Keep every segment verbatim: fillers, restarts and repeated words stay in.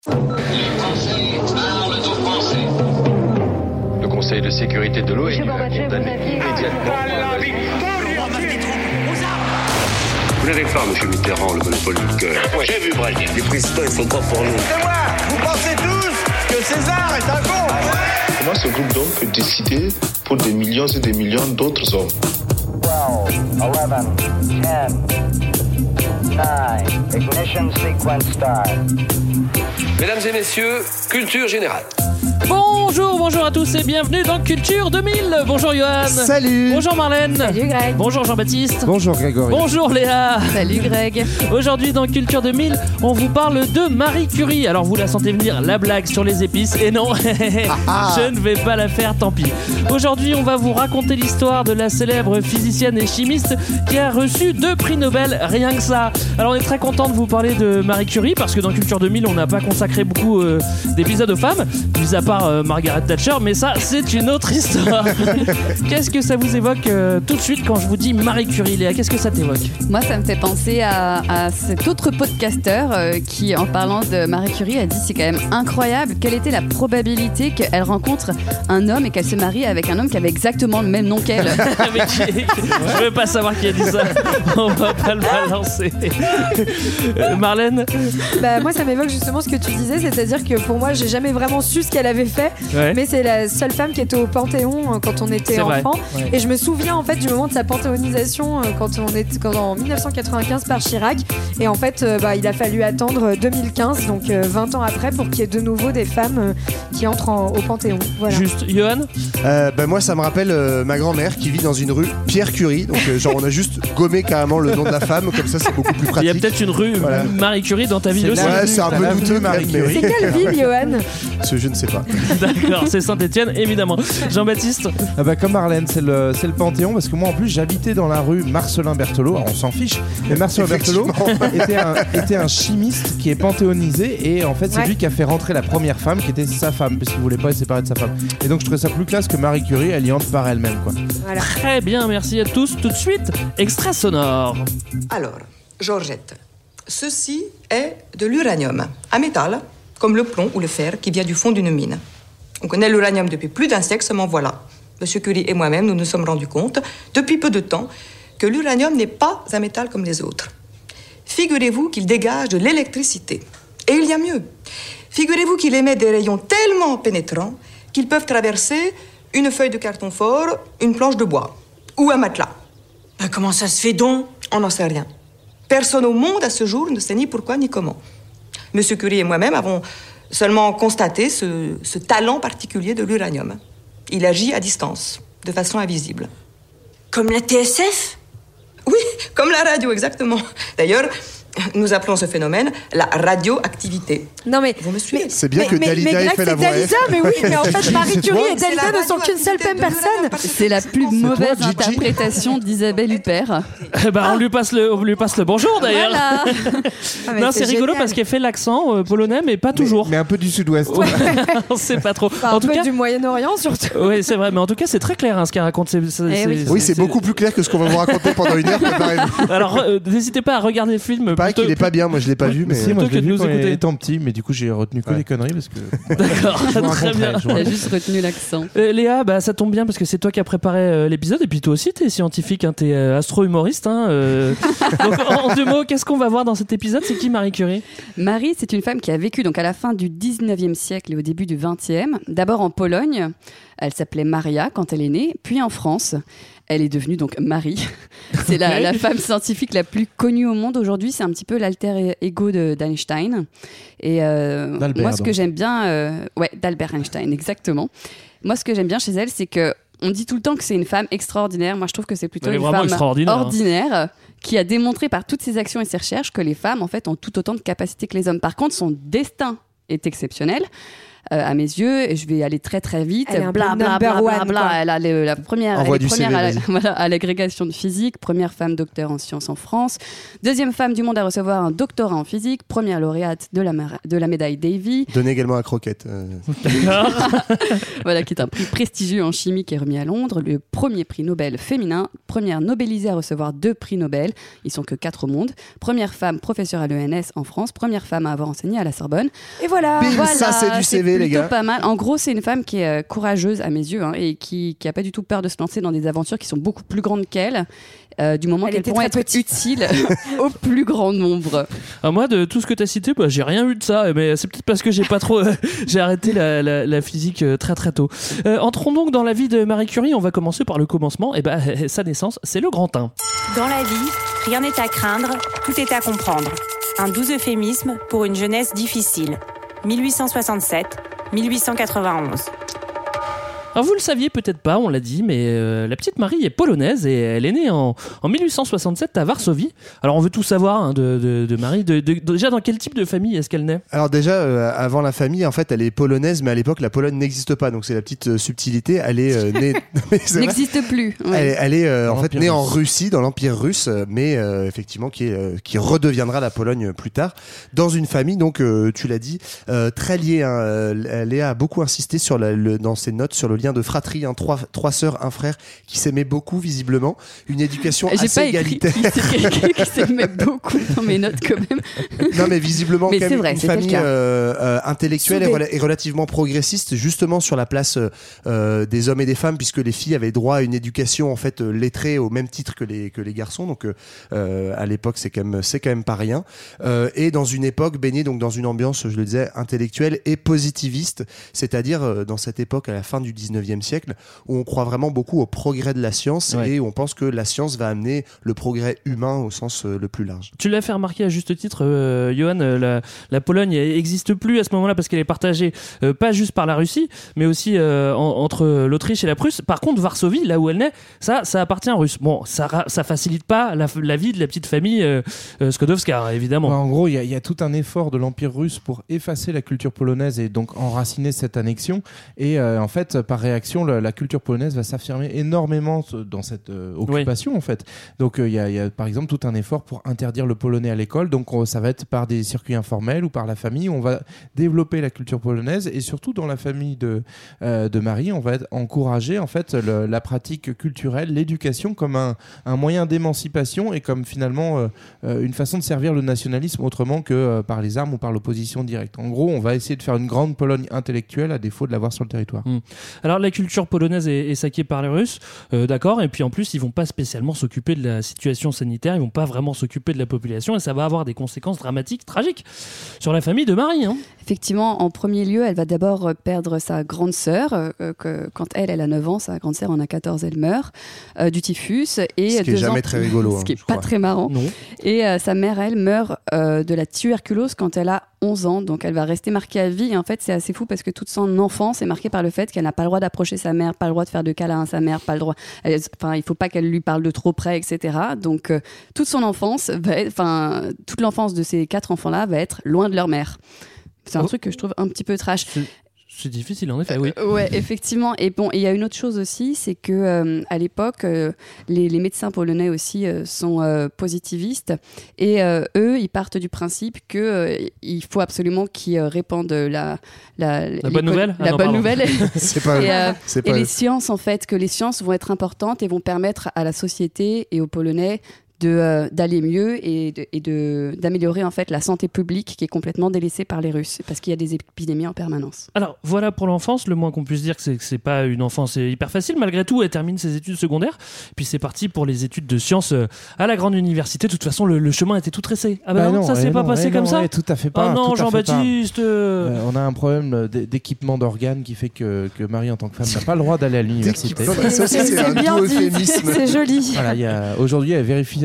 Les Français parlent aux Français. Le Conseil de sécurité de l'O N U a condamné immédiatement. Vous n'avez pas, M. Mitterrand, le monopole du cœur. Ouais, j'ai vu Brazil. Les présidents, ils sont pas pour nous. C'est moi. Vous pensez tous que César est un con? Comment ce groupe d'hommes peut décider pour des millions et des millions d'autres hommes? twelve, eleven, ten, nine, ignition sequence start. Mesdames et messieurs, culture générale. Bonjour, bonjour à tous et bienvenue dans Culture deux mille. Bonjour Johan. Salut. Bonjour Marlène. Salut Greg. Bonjour Jean-Baptiste. Bonjour Grégory. Bonjour Léa. Salut Greg. Aujourd'hui dans Culture deux mille, on vous parle de Marie Curie. Alors vous la sentez venir, la blague sur les épices. Et non, je ne vais pas la faire, tant pis. Aujourd'hui, on va vous raconter l'histoire de la célèbre physicienne et chimiste qui a reçu deux prix Nobel, rien que ça. Alors on est très content de vous parler de Marie Curie parce que dans Culture deux mille, on n'a pas consacré beaucoup euh, d'épisodes aux femmes, mis à part euh, Margaret Thatcher, mais ça, c'est une autre histoire. Qu'est-ce que ça vous évoque euh, tout de suite quand je vous dis Marie Curie, Léa? Qu'est-ce que ça t'évoque? Moi, ça me fait penser à, à cet autre podcasteur euh, qui, en parlant de Marie Curie, a dit c'est quand même incroyable. Quelle était la probabilité qu'elle rencontre un homme et qu'elle se marie avec un homme qui avait exactement le même nom qu'elle? Mais qui... Je veux pas savoir qui a dit ça. On va pas le balancer. Euh, Marlène? Bah, moi, ça m'évoque justement ce que tu disais, c'est-à-dire que pour moi, j'ai jamais vraiment su ce qu'elle avait fait. Ouais. Mais c'est la seule femme qui était au Panthéon quand on était c'est enfant. Ouais. Et je me souviens en fait du moment de sa panthéonisation quand on était quand, en dix-neuf cent quatre-vingt-quinze par Chirac. Et en fait, euh, bah, il a fallu attendre deux mille quinze, donc euh, vingt ans après, pour qu'il y ait de nouveau des femmes euh, qui entrent en, au Panthéon. Voilà. Juste, Johan? euh, bah, Moi, ça me rappelle euh, ma grand-mère qui vit dans une rue Pierre Curie. Donc, euh, genre, on a juste gommé carrément le nom de la femme, comme ça, c'est beaucoup plus pratique. Il y a peut-être une rue voilà. Marie Curie dans ta ville aussi. Ouais, c'est un peu douteux, Marie Curie. C'est quelle ville, Johan? Je, je ne sais pas. D'accord, c'est Saint-Étienne, évidemment. Jean-Baptiste? Ah bah comme Marlène, c'est le, c'est le Panthéon, parce que moi en plus j'habitais dans la rue Marcellin Berthelot, alors on s'en fiche, mais Marcellin Berthelot était un, était un chimiste qui est panthéonisé, et en fait c'est ouais. lui qui a fait rentrer la première femme qui était sa femme, parce qu'il voulait pas être séparé de sa femme. Et donc je trouvais ça plus classe que Marie Curie, elle y entre par elle-même, quoi. Voilà. Très bien, merci à tous. Tout de suite, extrait sonore. Alors, Georgette, ceci est de l'uranium, un métal comme le plomb ou le fer qui vient du fond d'une mine. On connaît l'uranium depuis plus d'un siècle, seulement voilà. Monsieur Curie et moi-même, nous nous sommes rendus compte, depuis peu de temps, que l'uranium n'est pas un métal comme les autres. Figurez-vous qu'il dégage de l'électricité. Et il y a mieux. Figurez-vous qu'il émet des rayons tellement pénétrants qu'ils peuvent traverser une feuille de carton fort, une planche de bois ou un matelas. Ben comment ça se fait donc? On n'en sait rien. Personne au monde, à ce jour, ne sait ni pourquoi ni comment. Monsieur Curie et moi-même avons seulement constaté ce, ce talent particulier de l'uranium. Il agit à distance, de façon invisible. Comme la T S F? Oui, comme la radio, exactement. D'ailleurs, nous appelons ce phénomène la radioactivité. Non mais, vous me suivez? C'est bien mais, que mais, Dalida mais ait fait la voix. Dalida, mais oui, mais en fait Marie Curie et Dalida ne sont qu'une seule même personne. C'est la plus mauvaise toi, interprétation d'Isabelle Huppert. Eh ben, on lui passe le, on lui passe le bonjour d'ailleurs. Voilà. Ah, non, c'est, c'est rigolo parce qu'elle fait l'accent euh, polonais, mais pas toujours. Mais, mais un peu du sud-ouest. Ouais. On sait pas trop. Enfin, en un tout peu cas, du Moyen-Orient surtout. Oui, c'est vrai, mais en tout cas, c'est très clair hein, ce qu'elle raconte. C'est, c'est, eh c'est, oui, c'est, oui, c'est, c'est beaucoup plus clair que ce qu'on va vous raconter pendant une heure. Alors, euh, n'hésitez pas à regarder le film. Pareil qu'il est pas bien, moi je l'ai pas vu, mais si, moi je l'ai vu quand écouter. étant petit, mais du coup j'ai retenu que ouais. les conneries parce que. D'accord, très bien. T'as juste retenu l'accent. Euh, Léa, bah ça tombe bien parce que c'est toi qui as préparé euh, l'épisode et puis toi aussi t'es scientifique, hein, t'es euh, astro-humoriste. Hein, euh... donc en, en deux mots, qu'est-ce qu'on va voir dans cet épisode? C'est qui Marie Curie? Marie, c'est une femme qui a vécu donc à la fin du dix-neuvième siècle et au début du vingtième. D'abord en Pologne, elle s'appelait Maria quand elle est née, puis en France. Elle est devenue donc Marie. C'est la, la femme scientifique la plus connue au monde aujourd'hui. C'est un petit peu l'alter ego de, d'Einstein. Et euh, moi, ce que j'aime bien, euh, ouais, d'Albert Einstein, exactement. Moi, ce que j'aime bien chez elle, c'est que on dit tout le temps que c'est une femme extraordinaire. Moi, je trouve que c'est plutôt une femme ordinaire hein. qui a démontré par toutes ses actions et ses recherches que les femmes, en fait, ont tout autant de capacités que les hommes. Par contre, son destin est exceptionnel. euh, à mes yeux. Et je vais aller très très vite. Elle est un bla, peu bla, number bla, bla, one, bla. quoi. Elle a le- la première, Envoie elle est du première C V, à, la- vas-y. voilà, à l'agrégation de physique, première femme docteur en sciences en France, deuxième femme du monde à recevoir un doctorat en physique, première lauréate de la, mar- de la médaille Davy. Donné également à Croquette. euh. Voilà, qui est un prix prestigieux en chimie qui est remis à Londres, le premier prix Nobel féminin, première nobelisée à recevoir deux prix Nobel, ils sont que quatre au monde, première femme professeure à l'E N S en France, première femme à avoir enseigné à la Sorbonne. Et voilà. Bim, Voilà, ça c'est du C V les plutôt gars. pas mal. En gros, c'est une femme qui est euh, courageuse à mes yeux hein, et qui qui a pas du tout peur de se lancer dans des aventures qui sont beaucoup plus grandes qu'elle, euh, du moment Elle qu'elles était pourront très être petite. utiles au plus grand nombre. Ah, moi, de tout ce que tu as cité, bah, j'ai rien eu de ça, mais c'est peut-être parce que j'ai pas trop, euh, j'ai arrêté la, la, la physique euh, très très tôt. Euh, entrons donc dans la vie de Marie Curie. On va commencer par le commencement. Et bah, sa naissance, c'est le grand un. Dans la vie, rien n'est à craindre, tout est à comprendre. Un doux euphémisme pour une jeunesse difficile. mille huit cent soixante-sept à mille huit cent quatre-vingt-onze. Alors vous le saviez peut-être pas, on l'a dit, mais euh, la petite Marie est polonaise et elle est née en, en mille huit cent soixante-sept à Varsovie. Alors on veut tout savoir hein, de, de, de Marie. De, de, déjà, dans quel type de famille est-ce qu'elle naît ? Alors déjà, euh, avant la famille, en fait, elle est polonaise, mais à l'époque, la Pologne n'existe pas. Donc c'est la petite euh, subtilité. Elle est euh, née... Mais c'est vrai. N'existe plus. Ouais. Elle est, elle est euh, en fait L'Empire née en russe. Russie, dans l'Empire russe, euh, mais euh, effectivement qui, est, euh, qui redeviendra la Pologne euh, plus tard, dans une famille, donc euh, tu l'as dit, euh, très liée. Hein, euh, Léa a beaucoup insisté sur la, le, dans ses notes sur le lien de fratrie, hein, trois, trois sœurs, un frère, qui s'aimaient beaucoup visiblement, une éducation J'ai assez pas écrit égalitaire. c'est quelqu'un qui s'aimait beaucoup dans mes notes quand même. Non mais visiblement Mais quand c'est même vrai, une c'était le famille cas. euh, euh, intellectuelle et, Soudée. rela- et relativement progressiste, justement sur la place euh, euh, des hommes et des femmes, puisque les filles avaient droit à une éducation en fait euh, lettrée au même titre que les que les garçons. Donc euh, euh, à l'époque c'est quand même c'est quand même pas rien. Euh, et dans une époque baignée donc dans une ambiance, je le disais, intellectuelle et positiviste, c'est-à-dire euh, dans cette époque à la fin du dix-neuvième siècle où on croit vraiment beaucoup au progrès de la science Ouais. et où on pense que la science va amener le progrès humain au sens euh, le plus large. Tu l'as fait remarquer à juste titre, euh, Johan, euh, la, la Pologne n'existe plus à ce moment-là parce qu'elle est partagée euh, pas juste par la Russie, mais aussi euh, en- entre l'Autriche et la Prusse. Par contre, Varsovie, là où elle naît, ça, ça appartient aux Russes. Bon, ça, ra- ça facilite pas la, la vie de la petite famille euh, euh, Skodowska, hein, évidemment. Ouais, en gros, il y, a- il y a tout un effort de l'Empire russe pour effacer la culture polonaise et donc enraciner cette annexion. Et euh, en fait, par réaction, la, la culture polonaise va s'affirmer énormément dans cette euh, occupation, en fait. Donc, euh, il y, a- il y a par exemple tout un effort pour interdire le polonais à l'école. Donc, on- ça va être par des circuits informels ou par la famille. On va développer la culture polonaise et surtout dans la famille de, euh, de Marie, on va être encourager en fait le- la pratique culturelle, l'éducation comme un, un moyen d'émancipation et comme finalement euh, euh, une façon de servir le nationalisme autrement que euh, par les armes ou par l'opposition directe. En gros, on va essayer de faire une grande Pologne intellectuelle à défaut de l'avoir sur le territoire. Mmh. Alors la culture polonaise est, est saquée par les Russes, euh, d'accord, et puis en plus ils vont pas spécialement s'occuper de la situation sanitaire, ils vont pas vraiment s'occuper de la population et ça va avoir des conséquences dramatiques, tragiques sur la famille de Marie. Hein. Effectivement, en premier lieu, elle va d'abord perdre sa grande sœur. Euh, que, quand elle, elle a neuf ans, sa grande sœur en a quatorze, elle meurt euh, du typhus. Et Ce qui est deux jamais ans- très rigolo, Ce hein, qui est je pas crois. très marrant. Non. Et euh, sa mère, elle, meurt euh, de la tuberculose quand elle a onze ans. Donc elle va rester marquée à vie. Et en fait, c'est assez fou parce que toute son enfance est marquée par le fait qu'elle n'a pas le droit d'approcher sa mère, pas le droit de faire de câlin à sa mère, pas le droit. Elle- Enfin, il faut pas qu'elle lui parle de trop près, et cetera. Donc euh, toute son enfance, va être- enfin toute l'enfance de ces quatre enfants-là va être loin de leur mère. C'est un Oh. truc que je trouve un petit peu trash. C'est, c'est difficile en effet, oui. Euh, ouais, effectivement. Et bon, il y a une autre chose aussi, c'est que euh, à l'époque, euh, les, les médecins polonais aussi euh, sont euh, positivistes et euh, eux, ils partent du principe que euh, il faut absolument qu'ils euh, répandent la la, La bonne nouvelle Ah la non, bonne pardon. nouvelle. C'est pas et, eux. euh, C'est et pas les eux. sciences, en fait, que les sciences vont être importantes et vont permettre à la société et aux Polonais de euh, d'aller mieux et de, et de d'améliorer en fait la santé publique qui est complètement délaissée par les Russes parce qu'il y a des épidémies en permanence. Alors voilà pour l'enfance, le moins qu'on puisse dire que c'est que c'est pas une enfance hyper facile. Malgré tout, elle termine ses études secondaires, puis c'est parti pour les études de sciences euh, à la grande université. De toute façon, le, le chemin était tout tracé. Ah bah, Bah non, ça eh s'est pas non, passé eh comme non, ça. eh, tout à fait pas. Ah non, tout à fait pas. Jean-Baptiste. euh, Euh, on a un problème d'é- d'équipement d'organes qui fait que, que Marie en tant que femme n'a pas le droit d'aller à l'université. D'équipement- Ça aussi, c'est C'est un bien doux dit. euphémisme. C'est joli. Voilà, il y a aujourd'hui il y a vérifi-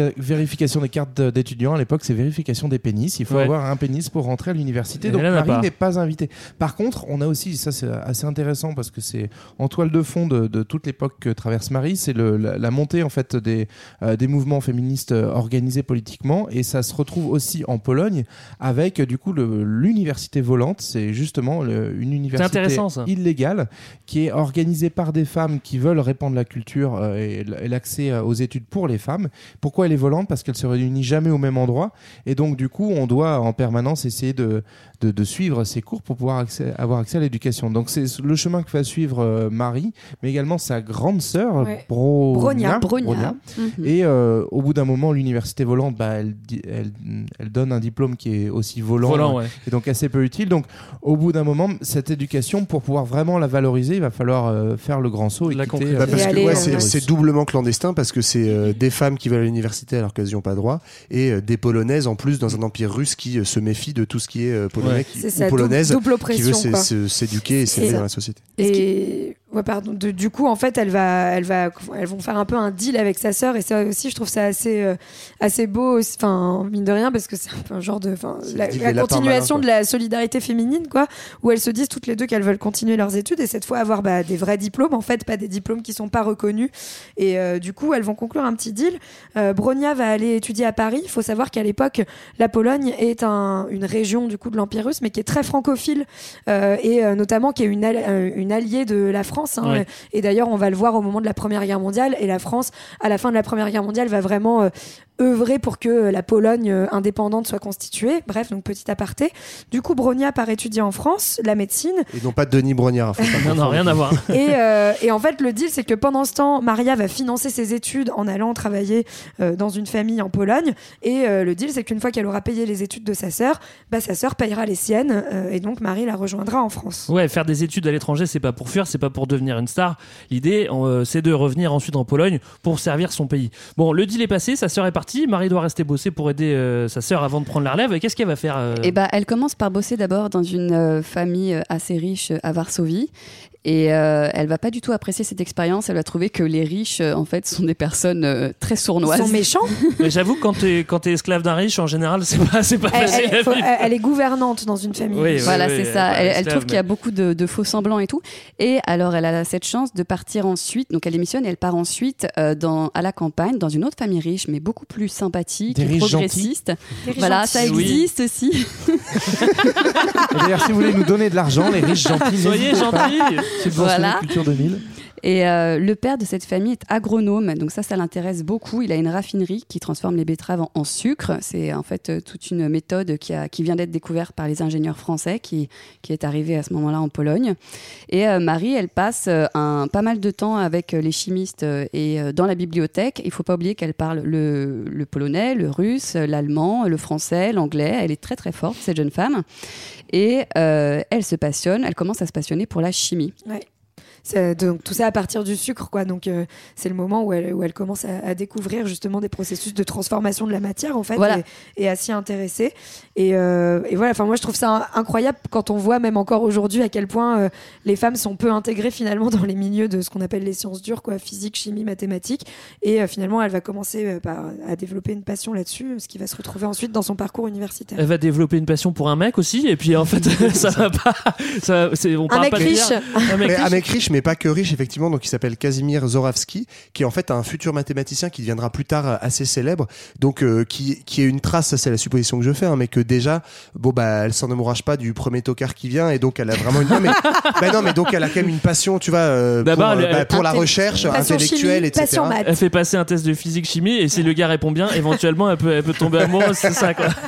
vérifica- vérification des cartes d'étudiants à l'époque, c'est vérification des pénis. Il faut Ouais. avoir un pénis pour rentrer à l'université. Et Donc elle en a Marie pas. n'est pas invitée. Par contre, on a aussi, ça c'est assez intéressant parce que c'est en toile de fond de, de toute l'époque que traverse Marie, c'est le, la, la montée en fait des, euh, des mouvements féministes euh, organisés politiquement, et ça se retrouve aussi en Pologne avec du coup le, l'université volante. C'est justement le, une université illégale qui est organisée par des femmes qui veulent répandre la culture euh, et, et l'accès aux études pour les femmes. Pourquoi elle est volante? Parce qu'elle se réunit jamais au même endroit, et donc du coup on doit en permanence essayer de, de, de suivre ses cours pour pouvoir accès, avoir accès à l'éducation. Donc c'est le chemin que va suivre euh, Marie, mais également sa grande sœur Ouais. Bro- Bronia. Bronia. Bronia. Mhm. Et euh, au bout d'un moment, l'université volante, bah, elle, di- elle, elle donne un diplôme qui est aussi volant, Volant, euh, ouais. et donc assez peu utile. Donc au bout d'un moment, cette éducation, pour pouvoir vraiment la valoriser, il va falloir euh, faire le grand saut et La quitter, concrétiser. euh, Bah, parce Et que aller, ouais, euh, c'est, ouais. c'est doublement clandestin parce que c'est euh, des femmes qui veulent à l'université alors qu'elles n'y ont pas droit, et euh, des Polonaises en plus dans un empire russe qui euh, se méfie de tout ce qui est euh, polonais Ouais. qui, C'est ou ça, polonaise, double qui veut oppression, s'é- quoi. se- s'éduquer et s'élever ça. dans la société. Et ouais, pardon. De- du coup, en fait, elle va, elle va, elles vont faire un peu un deal avec sa sœur, et ça aussi, je trouve ça assez, euh, assez beau. aussi. Enfin, mine de rien, parce que c'est un peu un genre de, enfin, C'est la, le deal la des lapins continuation malins, de la solidarité féminine, quoi, où elles se disent toutes les deux qu'elles veulent continuer leurs études et cette fois avoir bah, des vrais diplômes, en fait, pas des diplômes qui sont pas reconnus. Et euh, du coup, elles vont conclure un petit deal. Euh, Bronia va aller étudier à Paris. Il faut savoir qu'à l'époque, la Pologne est un, une région du coup de l'Empire russe, mais qui est très francophile euh, et euh, notamment qui est une, al- euh, une alliée de la France. Hein, Ouais. Et d'ailleurs, on va le voir au moment de la Première Guerre mondiale. Et la France, à la fin de la Première Guerre mondiale, va vraiment euh, œuvrer pour que euh, la Pologne euh, indépendante soit constituée. Bref, donc petit aparté. Du coup, Bronia part étudier en France la médecine. Et non pas Denis Brognard. Faut pas Non, non, confondre. rien à voir. Et, euh, et en fait, le deal, c'est que pendant ce temps, Maria va financer ses études en allant travailler euh, dans une famille en Pologne. Et euh, le deal, c'est qu'une fois qu'elle aura payé les études de sa sœur, bah, sa sœur payera les siennes. euh, et donc, Marie la rejoindra en France. Ouais, faire des études à l'étranger, c'est pas pour fuir, c'est pas pour devenir une star. L'idée, euh, c'est de revenir ensuite en Pologne pour servir son pays. Bon, le deal est passé, sa sœur est partie, Marie doit rester bosser pour aider euh, sa sœur avant de prendre la relève. Et qu'est-ce qu'elle va faire euh... Eh ben, elle commence par bosser d'abord dans une euh, famille euh, assez riche euh, à Varsovie. Et euh, elle va pas du tout apprécier cette expérience. Elle va trouver que les riches, euh, en fait, sont des personnes euh, très sournoises. Ils sont méchants. Mais j'avoue que quand t'es, quand t'es esclave d'un riche, en général, c'est pas, c'est pas Elle, facile elle- à faut- vivre. elle- elle est gouvernante dans une famille. Oui, oui, Voilà, oui, c'est elle est ça. pas Elle, elle esclave, trouve qu'il y a mais- beaucoup de, de faux semblants et tout. Et alors, elle a cette chance de partir ensuite. Donc, elle démissionne et elle part ensuite euh, dans, à la campagne, dans une autre famille riche, mais beaucoup plus sympathique Des et riches progressiste. Des riches Voilà, gentils. ça Oui. existe aussi. Et d'ailleurs, si vous voulez nous donner de l'argent, les riches gentils, Soyez n'hésitez pas. gentils. Subventionner Voilà. Culture deux mille. Et euh, le père de cette famille est agronome, donc ça, ça l'intéresse beaucoup. Il a une raffinerie qui transforme les betteraves en, en sucre. C'est en fait euh, toute une méthode qui, a, qui vient d'être découverte par les ingénieurs français qui, qui est arrivée à ce moment-là en Pologne. Et euh, Marie, elle passe euh, un, pas mal de temps avec euh, les chimistes euh, et euh, dans la bibliothèque. Il ne faut pas oublier qu'elle parle le, le polonais, le russe, l'allemand, le français, l'anglais. Elle est très très forte, cette jeune femme. Et euh, elle se passionne, elle commence à se passionner pour la chimie. Ouais. C'est- donc tout ça à partir du sucre, quoi. Donc euh, c'est le moment où elle, où elle commence à, à découvrir justement des processus de transformation de la matière, en fait, Voilà. et, et à s'y intéresser. Et, euh, et voilà. Enfin, moi, je trouve ça incroyable quand on voit même encore aujourd'hui à quel point euh, les femmes sont peu intégrées finalement dans les milieux de ce qu'on appelle les sciences dures, quoi, physique, chimie, mathématiques. Et euh, finalement, elle va commencer euh, par, à développer une passion là-dessus, ce qui va se retrouver ensuite dans son parcours universitaire. Elle va développer une passion pour un mec aussi, et puis en fait, ça va pas. Ça, c'est, on Un parle mec pas de riche. dire. Un mec Mais riche. un mec riche, mais pas que riche, effectivement. Donc, il s'appelle Kazimierz Zorawski, qui est en fait un futur mathématicien qui deviendra plus tard assez célèbre. Donc, euh, qui, qui est une trace, ça c'est la supposition que je fais, hein, mais que déjà, bon, bah, elle s'en amourage pas du premier tocard qui vient, et donc elle a vraiment une. Non, mais, bah non, mais donc elle a quand même une passion, tu vois, euh, pour, D'abord, euh, elle- bah, pour la Passion recherche chimie, intellectuelle, et cetera. passion maths. Elle fait passer un test de physique chimie et si le gars répond bien, éventuellement elle peut, elle peut tomber amoureuse, c'est ça quoi.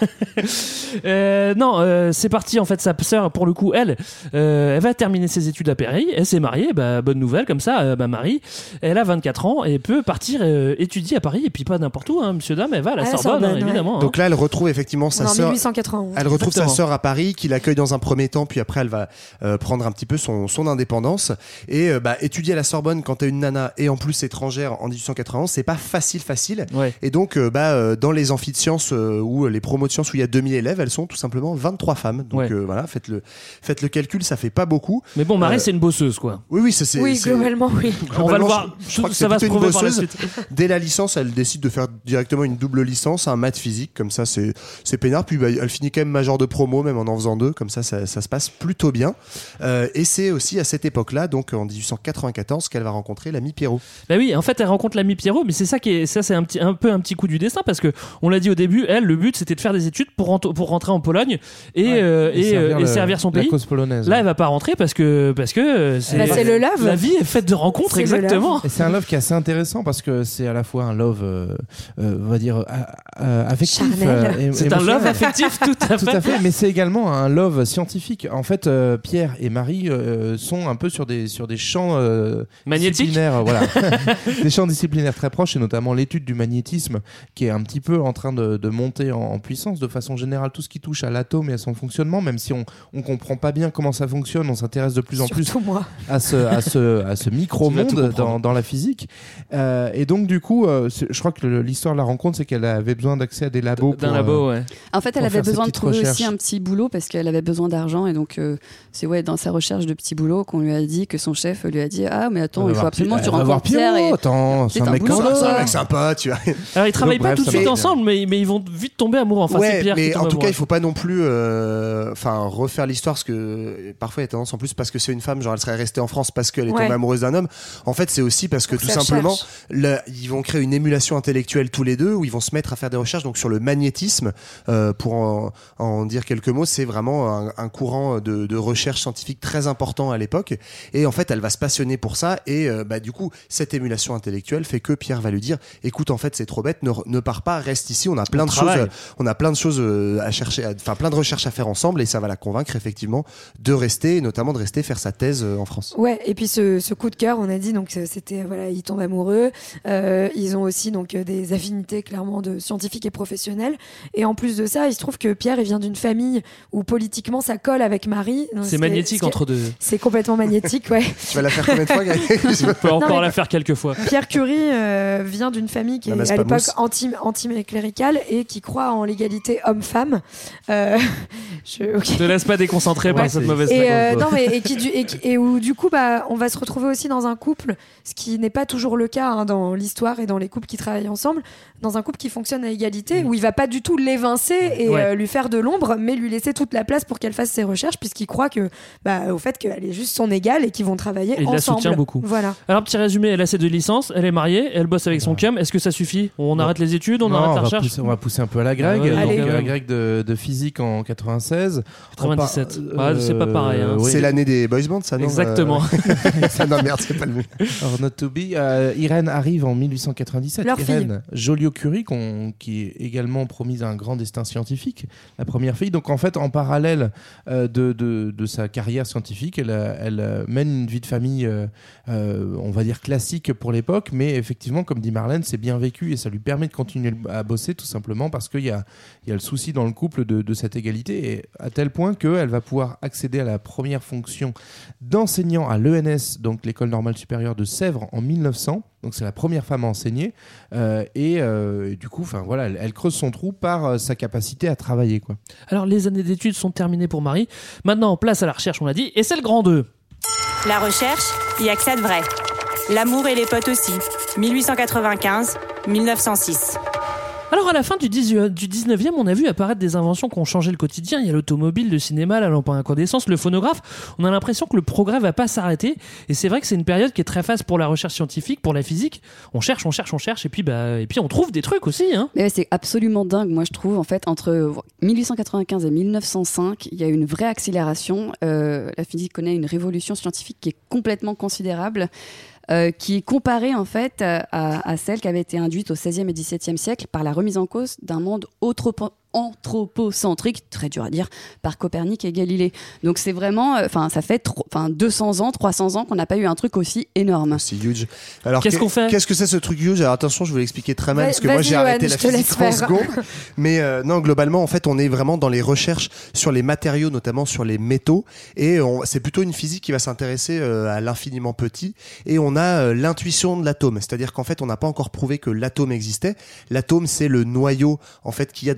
Euh, non, euh, c'est parti en fait. Sa sœur, pour le coup, elle, euh, elle va terminer ses études à Paris. Elle s'est mariée, bah, bonne nouvelle comme ça. Euh, bah, Marie, elle a vingt-quatre ans et peut partir euh, étudier à Paris et puis pas n'importe où, hein, monsieur dame. Elle va à la À la Sorbonne, Sorbonne, hein, ouais. évidemment. hein. Donc là, elle retrouve effectivement sa On est en sœur. mille huit cent quatre-vingt-onze. Elle retrouve Exactement. sa sœur à Paris, qui l'accueille dans un premier temps, puis après elle va euh, prendre un petit peu son, son indépendance. Et euh, bah, étudier à la Sorbonne quand t'es une nana et en plus étrangère en dix-huit cent quatre-vingt-onze, c'est pas facile, facile. Ouais. Et donc, euh, bah, euh, dans les amphis de sciences euh, ou les promos de sciences où il y a deux mille élèves, elles sont tout simplement vingt-trois femmes. Donc Ouais. euh, voilà, faites le, faites le calcul, ça fait pas beaucoup. Mais bon, Marie, Euh, c'est une bosseuse quoi. Oui, Oui, oui, ça, c'est. Oui, c'est... globalement, oui. On va le voir. Je, je crois que ça c'est va se plutôt une prouver par la bosseuse. suite. Dès la licence, elle décide de faire directement une double licence, un maths physique, comme ça, c'est, c'est peinard. Puis bah, elle finit quand même major de promo, même en en faisant deux, comme ça, ça, ça se passe plutôt bien. Euh, et c'est aussi à cette époque-là, donc en dix-huit cent quatre-vingt-quatorze, qu'elle va rencontrer l'ami Pierrot. Bah oui, en fait, elle rencontre l'ami Pierrot, mais c'est ça qui est, ça, c'est un petit, un peu un petit coup du destin, parce que on l'a dit au début, elle, le but, c'était de faire des études pour, rent- pour rentrer en Pologne et, Ouais. euh, et, et, servir, euh, et le, servir son la pays. cause polonaise. Là, elle va pas rentrer parce que parce que c'est, bah, c'est le love. La vie est faite de rencontres, C'est exactement. Et c'est un love qui est assez intéressant parce que c'est à la fois un love, euh, euh, on va dire, euh, euh, affectif. Charnel. euh, et- C'est un émotionnel. love affectif, tout à fait. Tout à fait, mais c'est également un love scientifique. En fait, euh, Pierre et Marie euh, sont un peu sur des, sur des champs euh, Magnétiques. disciplinaires, voilà. Des champs disciplinaires très proches, et notamment l'étude du magnétisme qui est un petit peu en train de, de monter en, en puissance. De façon générale, tout ce qui touche à l'atome et à son fonctionnement, même si on ne comprend pas bien comment ça fonctionne, on s'intéresse de plus en plus Surtout moi. à ce, à ce, à ce Tu vas tout micro-monde comprendre. dans, dans la physique. Euh, et donc, du coup, euh, c'est- je crois que le- l'histoire de la rencontre, c'est qu'elle avait besoin d'accès à des labos. D'un pour, labo, euh, ouais. En fait, elle pour avait faire ses besoin de petites trouver aussi recherches. un petit boulot parce qu'elle avait besoin d'argent et donc euh, c'est ouais dans sa recherche de petit boulot qu'on lui a dit que son chef lui a dit ah mais attends Elle il va faut voir absolument que Pi- tu elle va voir rencontres Pierre Pierrot, et attends, c'est C'est un un mec boulot, comme C'est un ça. mec sympa, tu vois. Alors ils travaillent Donc, pas bref, tout de ça suite va. ensemble, mais mais ils vont vite tomber amoureux. Enfin, c'est ouais, Pierre qui mais tombe en tout cas, amoureux. il faut pas non plus, euh, enfin, refaire l'histoire parce que parfois il y a tendance en plus parce que c'est une femme, genre elle serait restée en France parce qu'elle est Ouais. tombée amoureuse d'un homme. En fait, c'est aussi parce que Pour tout faire simplement, cherche. là, ils vont créer une émulation intellectuelle tous les deux où ils vont se mettre à faire des recherches donc sur le magnétisme. Euh, pour en, en dire quelques mots, c'est vraiment un, un courant de, de recherche scientifique très important à l'époque. Et en fait, elle va se passionner pour ça. Et euh, bah, du coup, cette émulation intellectuelle fait que Pierre va lui dire écoute, en fait, c'est trop bête, ne, ne pars pas, reste ici. On a plein On de travaille. choses, on a plein de choses euh, à chercher, à- enfin plein de recherches à faire ensemble. Et ça va la convaincre effectivement de rester, et notamment de rester faire sa thèse euh, en France. Ouais, et puis ce, ce coup de cœur, on a dit, donc euh, c'était, voilà, ils tombent amoureux. Euh, ils ont aussi donc euh, des affinités clairement de scientifiques et professionnels. Et en plus de ça, il se trouve que Pierre, il vient d'une famille où politiquement ça colle avec Marie. Donc, ce C'est qui est- magnétique ce qui est- entre deux. C'est complètement magnétique, ouais. Tu vas la faire combien de fois, Gaël? On peut encore mais- la faire quelques fois. Pierre Curie euh, vient d'une famille qui La est masse à l'époque Pamous. anti, anti-cléricale et qui croit en l'égalité homme-femme. Euh, je, ok. Je te laisse pas déconcentrer par Ouais, cette c'est- mauvaise Et, euh, fréquence. non, mais, et, qui, du- et, qui- et où du coup bah, on va se retrouver aussi dans un couple, ce qui n'est pas toujours le cas hein, dans l'histoire et dans les couples qui travaillent ensemble, dans un couple qui fonctionne à égalité, où il va pas du tout l'évincer et Ouais. euh, lui faire de l'ombre, mais lui laisser toute la place pour qu'elle fasse ses recherches, puisqu'il croit que, bah, au fait qu'elle est juste son égale et qu'ils vont travailler Et il la ensemble. soutient beaucoup. Voilà. Alors, petit résumé, elle a ses deux licences, elle est mariée, elle bosse avec son cum. Est-ce que ça suffit? On Non. arrête les études, on Non, arrête la va recherche? pousser, on va pousser un peu à la Greg. Ah ouais, donc, allez. euh, Greg de, de physique en quatre-vingt-seize. quatre-vingt-dix-sept. On par- Ouais, c'est pas pareil, hein. oui. C'est l'année des boys bands, ça, non? Exactement. Euh, ça, non, merde, c'est pas le même. Or not to be. Euh, Irène arrive en mille huit cent quatre-vingt-dix-sept. Leur Irène Joliot-Curie, qu'on- qui est également promise à un grand destin scientifique, la première fille. Donc en fait, en parallèle euh, de, de, de sa carrière scientifique, elle, euh, elle euh, mène une vie de famille, euh, euh, on va dire classique pour l'époque, mais effectivement, comme dit Marlène, c'est bien vécu et ça lui permet de continuer à bosser tout simplement parce qu'il y a, il y a le souci dans le couple de, de cette égalité, et à tel point qu'elle va pouvoir accéder à la première fonction d'enseignant à l'E N S, donc l'école normale supérieure de Sèvres, en mille neuf cents. Donc c'est la première femme à enseigner euh, et, euh, et du coup, enfin voilà, elle, elle creuse son trou par euh, sa capacité à travailler, quoi. Alors, les années d'études sont terminées pour Marie. Maintenant, place à la recherche, on l'a dit, et c'est le grand deux. La recherche, il y a que ça de vrai. L'amour et les potes aussi. dix-huit cent quatre-vingt-quinze à mille neuf cent six. Alors à la fin du dix-neuvième, on a vu apparaître des inventions qui ont changé le quotidien. Il y a l'automobile, le cinéma, la lampe à incandescence, le phonographe. On a l'impression que le progrès va pas s'arrêter. Et c'est vrai que c'est une période qui est très faste pour la recherche scientifique, pour la physique. On cherche, on cherche, on cherche, et puis bah, et puis on trouve des trucs aussi, hein. Mais ouais, c'est absolument dingue, moi je trouve. En fait, entre mille huit cent quatre-vingt-quinze et mille neuf cent cinq, il y a une vraie accélération. Euh, la physique connaît une révolution scientifique qui est complètement considérable. Euh, qui est comparée en fait à, à celle qui avait été induite au seizième et dix-septième siècle par la remise en cause d'un monde autropo- anthropocentrique, très dur à dire, par Copernic et Galilée. Donc c'est vraiment, enfin euh, ça fait tro- enfin deux cents ans, trois cents ans qu'on n'a pas eu un truc aussi énorme. C'est huge. Alors Qu'est-ce que- qu'on fait Qu'est-ce que c'est ce truc huge? Alors attention, je vais l'expliquer très mal Va- parce que moi vas-y, j'ai Johan, arrêté la je te laisse physique en faire. seconde. Mais euh, non, globalement, en fait, on est vraiment dans les recherches sur les matériaux, notamment sur les métaux. Et on- c'est plutôt une physique qui va s'intéresser euh, à l'infiniment petit. Et on a euh, l'intuition de l'atome, c'est-à-dire qu'en fait, on n'a pas encore prouvé que l'atome existait. L'atome, c'est le noyau en fait qu'il y a dans tout élément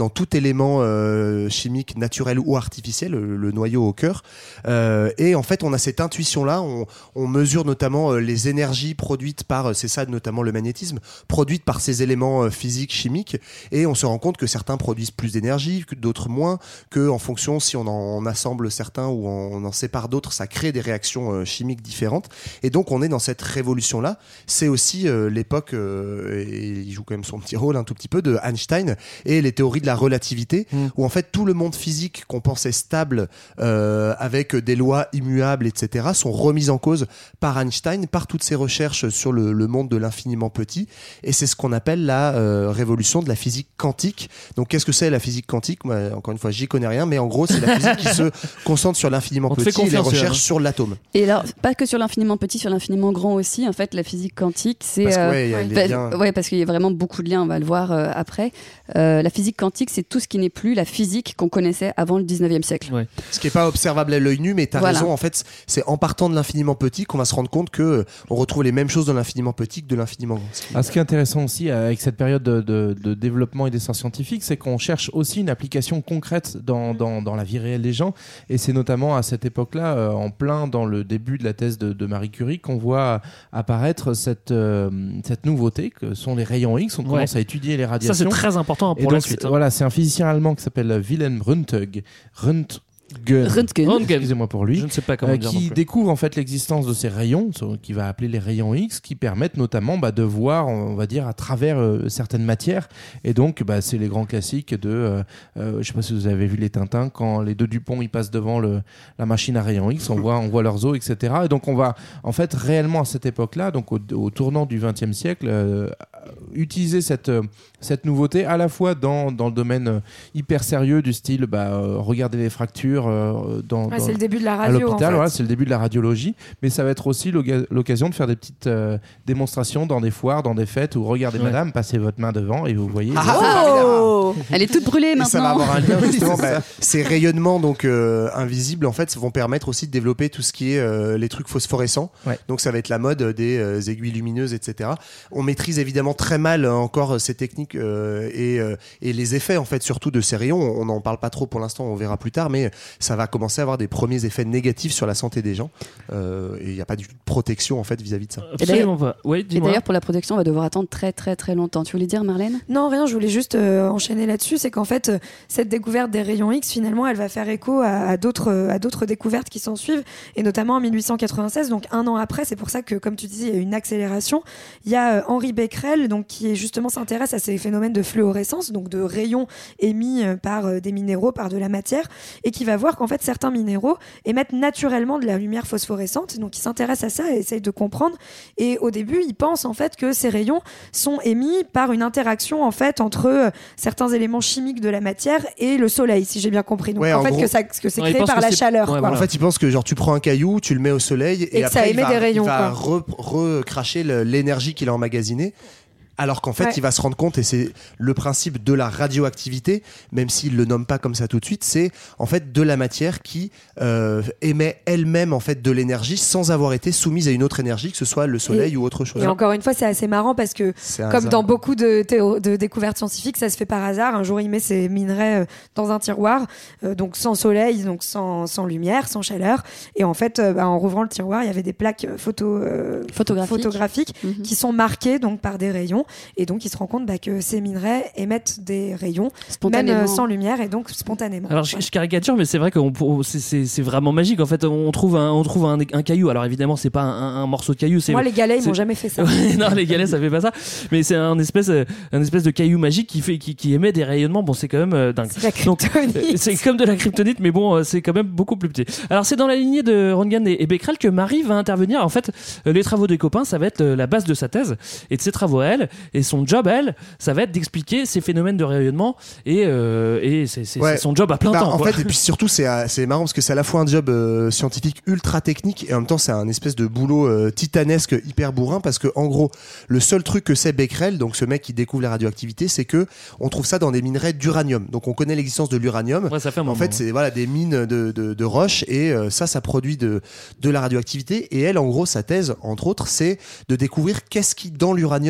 éléments euh, chimiques naturels ou artificiels, le, le noyau au cœur. Euh, et en fait, on a cette intuition-là. On, on mesure notamment euh, les énergies produites par, c'est ça notamment le magnétisme, produites par ces éléments euh, physiques, chimiques. Et on se rend compte que certains produisent plus d'énergie, que d'autres moins, que en fonction, si on en on assemble certains ou on en sépare d'autres, ça crée des réactions euh, chimiques différentes. Et donc, on est dans cette révolution-là. C'est aussi euh, l'époque, euh, et il joue quand même son petit rôle un tout petit peu, de Einstein et les théories de la relativité, mmh. où en fait tout le monde physique qu'on pensait stable euh, avec des lois immuables, et cetera, sont remises en cause par Einstein, par toutes ses recherches sur le, le monde de l'infiniment petit. Et c'est ce qu'on appelle la euh, révolution de la physique quantique. Donc qu'est-ce que c'est la physique quantique ? Moi, encore une fois, j'y connais rien, mais en gros, c'est la physique qui se concentre sur l'infiniment petit et les recherches hein. sur l'atome. Et alors, pas que sur l'infiniment petit, sur l'infiniment grand aussi. En fait, la physique quantique, c'est... Parce que, euh, ouais, y a ouais, liens... ouais, parce qu'il y a vraiment beaucoup de liens, on va le voir euh, après. Euh, la physique quantique, c'est tout ce qui n'est plus la physique qu'on connaissait avant le dix-neuvième siècle. Ouais. Ce qui n'est pas observable à l'œil nu, mais tu as voilà. raison, en fait, c'est en partant de l'infiniment petit qu'on va se rendre compte qu'on retrouve les mêmes choses dans l'infiniment petit que de l'infiniment grand. Ah, ce qui est intéressant aussi avec cette période de, de, de développement et d'essais scientifiques, c'est qu'on cherche aussi une application concrète dans, dans, dans la vie réelle des gens. Et c'est notamment à cette époque-là, euh, en plein dans le début de la thèse de, de Marie Curie, qu'on voit apparaître cette, euh, cette nouveauté que sont les rayons X. On ouais. commence à étudier les radiations. Ça, c'est très important pour donc, la suite. Hein. Voilà, c'est un physicien allemand qui s'appelle Wilhelm Röntgen. Röntgen. Röntgen. Excusez-moi pour lui. Je ne sais pas comment euh, dire qui découvre en fait l'existence de ces rayons, qu'il va appeler les rayons X, qui permettent notamment bah, de voir, on va dire, à travers euh, certaines matières. Et donc, bah, c'est les grands classiques de, euh, euh, je ne sais pas si vous avez vu les Tintins, quand les deux Dupont ils passent devant le, la machine à rayons X, on voit, on voit leurs os, et cetera. Et donc, on va en fait réellement à cette époque-là, donc au, au tournant du vingtième siècle, euh, utiliser cette euh, cette nouveauté à la fois dans dans le domaine euh, hyper sérieux du style, bah, euh, regarder les fractures. Euh, dans, ouais, dans, c'est le début de la radio. À l'hôpital, en fait. voilà, c'est le début de la radiologie, mais ça va être aussi l'occasion de faire des petites euh, démonstrations dans des foires, dans des fêtes où regardez ouais. madame, passez votre main devant et vous voyez. Ah, oh elle est toute brûlée maintenant. Et ça va avoir un lien justement. bah, ces rayonnements donc euh, invisibles en fait vont permettre aussi de développer tout ce qui est euh, les trucs phosphorescents. Ouais. Donc ça va être la mode des euh, aiguilles lumineuses, et cetera. On maîtrise évidemment très mal euh, encore ces techniques euh, et, euh, et les effets en fait surtout de ces rayons. On n'en parle pas trop pour l'instant, on verra plus tard, mais ça va commencer à avoir des premiers effets négatifs sur la santé des gens. Euh, et il n'y a pas du tout de protection en fait vis-à-vis de ça. Absolument pas. Ouais, et d'ailleurs pour la protection, on va devoir attendre très très très longtemps. Tu voulais dire Marlène ? Non, rien. Je voulais juste euh, enchaîner là-dessus. C'est qu'en fait, euh, cette découverte des rayons X, finalement, elle va faire écho à, à d'autres euh, à d'autres découvertes qui s'en suivent, et notamment en mille huit cent quatre-vingt-seize, donc un an après. C'est pour ça que, comme tu disais, il y a une accélération. Il y a euh, Henri Becquerel, donc qui est justement s'intéresse à ces phénomènes de fluorescence, donc de rayons émis euh, par euh, des minéraux, par de la matière, et qui va voir qu'en fait certains minéraux émettent naturellement de la lumière phosphorescente. Donc il s'intéresse à ça et essaye de comprendre. Et au début, il pense en fait que ces rayons sont émis par une interaction en fait entre euh, certains éléments chimiques de la matière et le soleil, si j'ai bien compris. Donc ouais, en, en fait gros, que, ça, que c'est ouais, créé par la chaleur. Ouais, quoi. Voilà. En fait, il pense que genre tu prends un caillou, tu le mets au soleil et, et après ça émet il va, des rayons, il va recracher re l'énergie qu'il a emmagasinée. Alors qu'en fait, ouais. il va se rendre compte, et c'est le principe de la radioactivité, même s'il le nomme pas comme ça tout de suite, c'est en fait de la matière qui euh, émet elle-même en fait de l'énergie sans avoir été soumise à une autre énergie, que ce soit le soleil et, ou autre chose. Et encore une fois, c'est assez marrant parce que, comme hasard. dans beaucoup de, théo- de découvertes scientifiques, ça se fait par hasard. Un jour, il met ses minerais dans un tiroir, euh, donc sans soleil, donc sans, sans lumière, sans chaleur. Et en fait, euh, bah, en rouvrant le tiroir, il y avait des plaques photo, euh, photographiques, photographiques mm-hmm. qui sont marquées donc par des rayons. Et donc, il se rend compte bah, que ces minerais émettent des rayons, même euh, sans lumière, et donc spontanément. Alors, je, je caricature, mais c'est vrai que c'est, c'est, c'est vraiment magique. En fait, on trouve un, on trouve un, un caillou. Alors, évidemment, c'est pas un, un morceau de caillou. C'est, Moi, les galets, c'est... ils m'ont jamais fait ça. Non, les galets, ça fait pas ça. Mais c'est un espèce, un espèce de caillou magique qui, fait, qui, qui émet des rayonnements. Bon, c'est quand même euh, dingue. C'est la kryptonite. Donc, c'est comme de la kryptonite, mais bon, euh, c'est quand même beaucoup plus petit. Alors, c'est dans la lignée de Röntgen et, et Becquerel que Marie va intervenir. En fait, euh, les travaux des copains, ça va être euh, la base de sa thèse et de ses travaux à elle. Et son job à elle, ça va être d'expliquer ces phénomènes de rayonnement et, euh, et c'est, c'est, ouais. c'est son job à plein bah, temps. En quoi. fait, et puis surtout, c'est, c'est marrant parce que c'est à la fois un job euh, scientifique ultra technique et en même temps, c'est un espèce de boulot euh, titanesque, hyper bourrin, parce que en gros, le seul truc que sait Becquerel, donc ce mec qui découvre la radioactivité, c'est que on trouve ça dans des minerais d'uranium. Donc on connaît l'existence de l'uranium. Ouais, ça fait un en moment, fait, hein. c'est voilà des mines de, de, de roches et euh, ça, ça produit de, de la radioactivité. Et elle, en gros, sa thèse, entre autres, c'est de découvrir qu'est-ce qui dans l'uranium, en fait,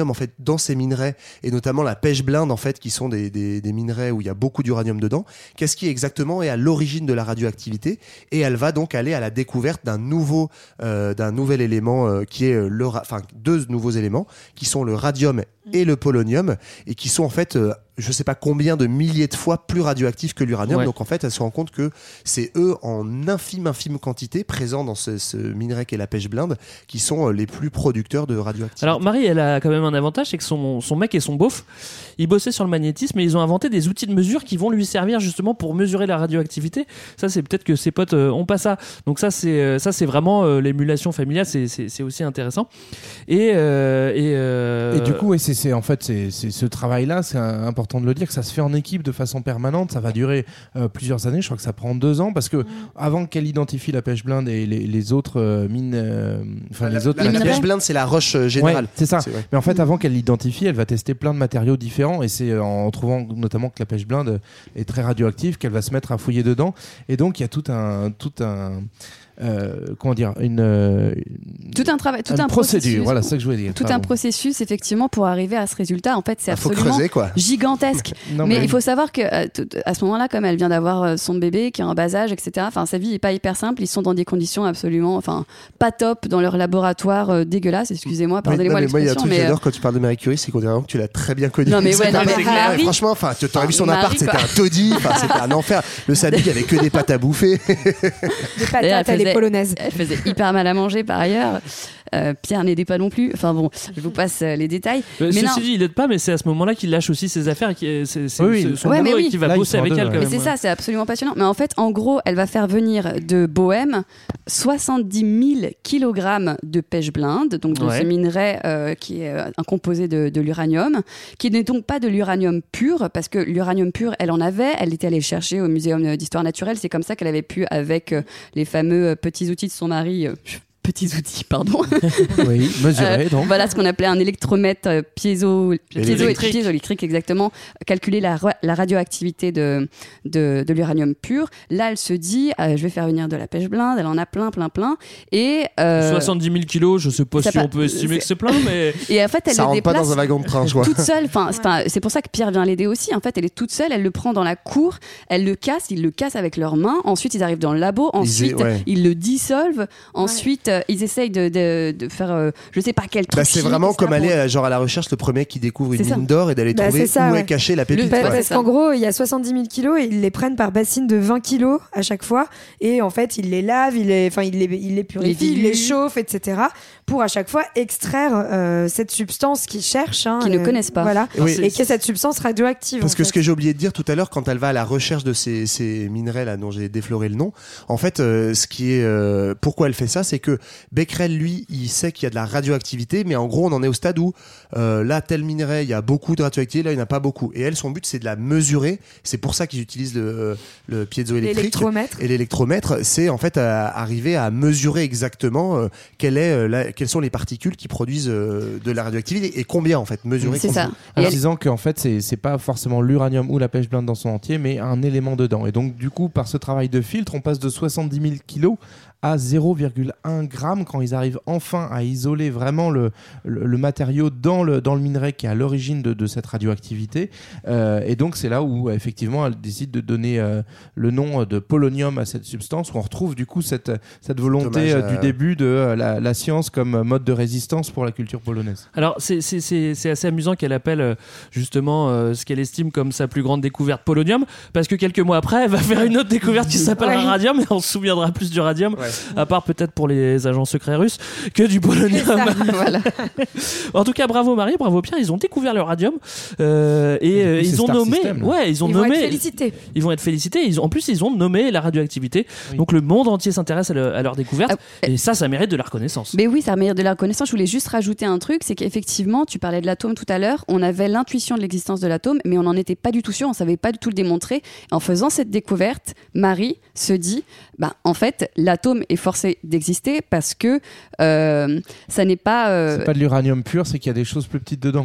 dans ces minerais, et notamment la pêche blinde, en fait, qui sont des, des, des minerais où il y a beaucoup d'uranium dedans. Qu'est-ce qui exactement est à l'origine de la radioactivité? Et elle va donc aller à la découverte d'un nouveau, euh, d'un nouvel élément euh, qui est le, ra- enfin deux nouveaux éléments qui sont le radium et le polonium, et qui sont en fait euh, je sais pas combien de milliers de fois plus radioactifs que l'uranium. Ouais. Donc en fait, elle se rend compte que c'est eux en infime, infime quantité présents dans ce, ce minerai qu'est la pêche blinde qui sont les plus producteurs de radioactivité. Alors Marie, elle a quand même un avantage, c'est que son, son mec et son beauf, ils bossaient sur le magnétisme et ils ont inventé des outils de mesure qui vont lui servir justement pour mesurer la radioactivité. Ça, c'est peut-être que ses potes euh, ont pas ça. Donc ça, c'est, euh, ça, c'est vraiment euh, l'émulation familiale, c'est, c'est, c'est aussi intéressant. Et, euh, et, euh... et du coup, ouais, c'est, c'est, en fait, c'est, c'est ce travail-là, c'est important de le dire, que ça se fait en équipe de façon permanente. Ça va durer euh, plusieurs années. Je crois que ça prend deux ans parce que mmh. avant qu'elle identifie la pêche blinde et les, les autres euh, mines, euh, enfin la, les autres. La, la pêche blinde, c'est la roche euh, générale. Ouais, c'est ça. C'est Mais en fait, avant qu'elle l'identifie, elle va tester plein de matériaux différents et c'est en trouvant notamment que la pêche blinde est très radioactive qu'elle va se mettre à fouiller dedans. Et donc il y a tout un, tout un. Euh, comment dire une, euh, tout un travail tout une un procédure processus, voilà c'est ça que je voulais dire tout pardon. un processus effectivement pour arriver à ce résultat. En fait, c'est ah, absolument creuser, quoi. gigantesque. non, mais, mais il faut savoir que à ce moment-là, comme elle vient d'avoir son bébé qui est en bas âge, etc., enfin sa vie est pas hyper simple. Ils sont dans des conditions absolument enfin pas top dans leur laboratoire euh, dégueulasse, excusez-moi, pardonnez-moi mais, non, mais l'expression. Moi il y a un truc mais que j'adore quand tu parles de Marie Curie, c'est qu'on dirait vraiment que tu l'as très bien connue. Non mais ouais, non, mais Marie... franchement, enfin tu aurais vu son Marie, appart, quoi. c'était un taudis, enfin c'était un enfer. Le samedi il y avait que des pâtes à bouffer. Des patates à les polonaises. Elle faisait hyper mal à manger par ailleurs. Euh, Pierre n'aidait pas non plus. Enfin bon, je vous passe euh, les détails. Euh, mais ceci non. dit, il n'aide pas, mais c'est à ce moment-là qu'il lâche aussi ses affaires, qui, c'est, c'est, oui, c'est son ouais, boulot oui. et qu'il va Là, bosser avec deux, elle. ouais. Quand Mais même, c'est ouais. ça, c'est absolument passionnant. Mais en fait, en gros, elle va faire venir de Bohême soixante-dix mille kilogrammes de pêche blinde, donc de Ouais. ce minerai euh, qui est euh, un composé de, de l'uranium, qui n'est donc pas de l'uranium pur, parce que l'uranium pur, elle en avait, elle était allée le chercher au Muséum d'histoire naturelle. C'est comme ça qu'elle avait pu, avec euh, les fameux euh, petits outils de son mari, euh, petits outils, pardon. oui, mesurer, donc. Voilà ce qu'on appelait un électromètre euh, piézo, Piézoélectrique. piézoélectrique, exactement. Calculer la, la radioactivité de, de, de l'uranium pur. Là, elle se dit, euh, je vais faire venir de la pêche blinde. Elle en a plein, plein, plein. Et euh, soixante-dix mille kilos, je sais pas si pas, on peut estimer c'est... que c'est plein, mais. Et en fait, elle ça le rentre déplace pas dans un wagon de train, je vois. toute seule. Enfin, ouais. C'est pour ça que Pierre vient l'aider aussi. En fait, elle est toute seule. Elle le prend dans la cour. Elle le casse. Ils le cassent avec leurs mains. Ensuite, ils arrivent dans le labo. Ensuite, ils, ouais. ils le dissolvent. Ensuite, ouais. euh, ils essayent de De, de faire euh, je sais pas quel truc. Bah, c'est vraiment comme aller à, genre à la recherche, le premier qui découvre une c'est mine ça. d'or et d'aller bah, trouver ça, où ouais. est cachée la pépite. Le, bah, ouais. parce qu'en gros, il y a soixante-dix mille kilos et ils les prennent par bassine de vingt kilos à chaque fois. Et en fait, ils les lavent, ils les, enfin, ils les, ils les purifient, ils les chauffent, et cetera. Pour à chaque fois extraire euh, cette substance qu'ils cherchent. Hein, qu'ils euh, ne connaissent pas. Voilà. Oui. Et qui est cette substance radioactive. Parce que fait. ce que j'ai oublié de dire tout à l'heure, quand elle va à la recherche de ces, ces minerais là dont j'ai défloré le nom, en fait, euh, ce qui est, euh, pourquoi elle fait ça, c'est que Becquerel, lui, il sait qu'il y a de la radioactivité, mais en gros, on en est au stade où euh, là, tel minerai, il y a beaucoup de radioactivité, là, il n'y en a pas beaucoup. Et elle, son but, c'est de la mesurer. C'est pour ça qu'ils utilisent le, le piézoélectrique. L'électromètre. Et l'électromètre, c'est en fait à arriver à mesurer exactement euh, quelle est, euh, la, quelles sont les particules qui produisent euh, de la radioactivité et combien en fait mesurer. C'est ça. En elle... disant qu'en fait c'est c'est pas forcément l'uranium ou la pêche blinde dans son entier, mais un élément dedans. Et donc du coup par ce travail de filtre, on passe de soixante-dix mille kilos à zéro virgule un gramme quand ils arrivent enfin à isoler vraiment le, le, le matériau dans le, dans le minerai qui est à l'origine de, de cette radioactivité. Euh, et donc c'est là où effectivement elle décide de donner euh, le nom de polonium à cette substance, où on retrouve du coup cette, cette volonté euh, du début de euh, la, la science comme mode de résistance pour la culture polonaise. Alors c'est, c'est, c'est, c'est assez amusant qu'elle appelle euh, justement euh, ce qu'elle estime comme sa plus grande découverte polonium, parce que quelques mois après elle va faire une autre découverte qui s'appellera ouais. radium, et on se souviendra plus du radium. Ouais. À part peut-être pour les agents secrets russes, que du polonium. Ça, voilà. En tout cas, bravo Marie, bravo Pierre, ils ont découvert le radium euh, et euh, ils ont nommé, system, ouais, ils ont ils nommé, vont être félicités. Ils vont être félicités. Ils ont, en plus, ils ont nommé la radioactivité. Oui. Donc le monde entier s'intéresse à, le, à leur découverte, ah, et ça, ça mérite de la reconnaissance. Mais oui, ça mérite de la reconnaissance. Je voulais juste rajouter un truc, c'est qu'effectivement, tu parlais de l'atome tout à l'heure. On avait l'intuition de l'existence de l'atome, mais on n'en était pas du tout sûr. On savait pas du tout le démontrer. En faisant cette découverte, Marie se dit, bah, en fait, l'atome est forcé d'exister parce que euh, ça n'est pas. Euh... C'est pas de l'uranium pur, c'est qu'il y a des choses plus petites dedans, quoi.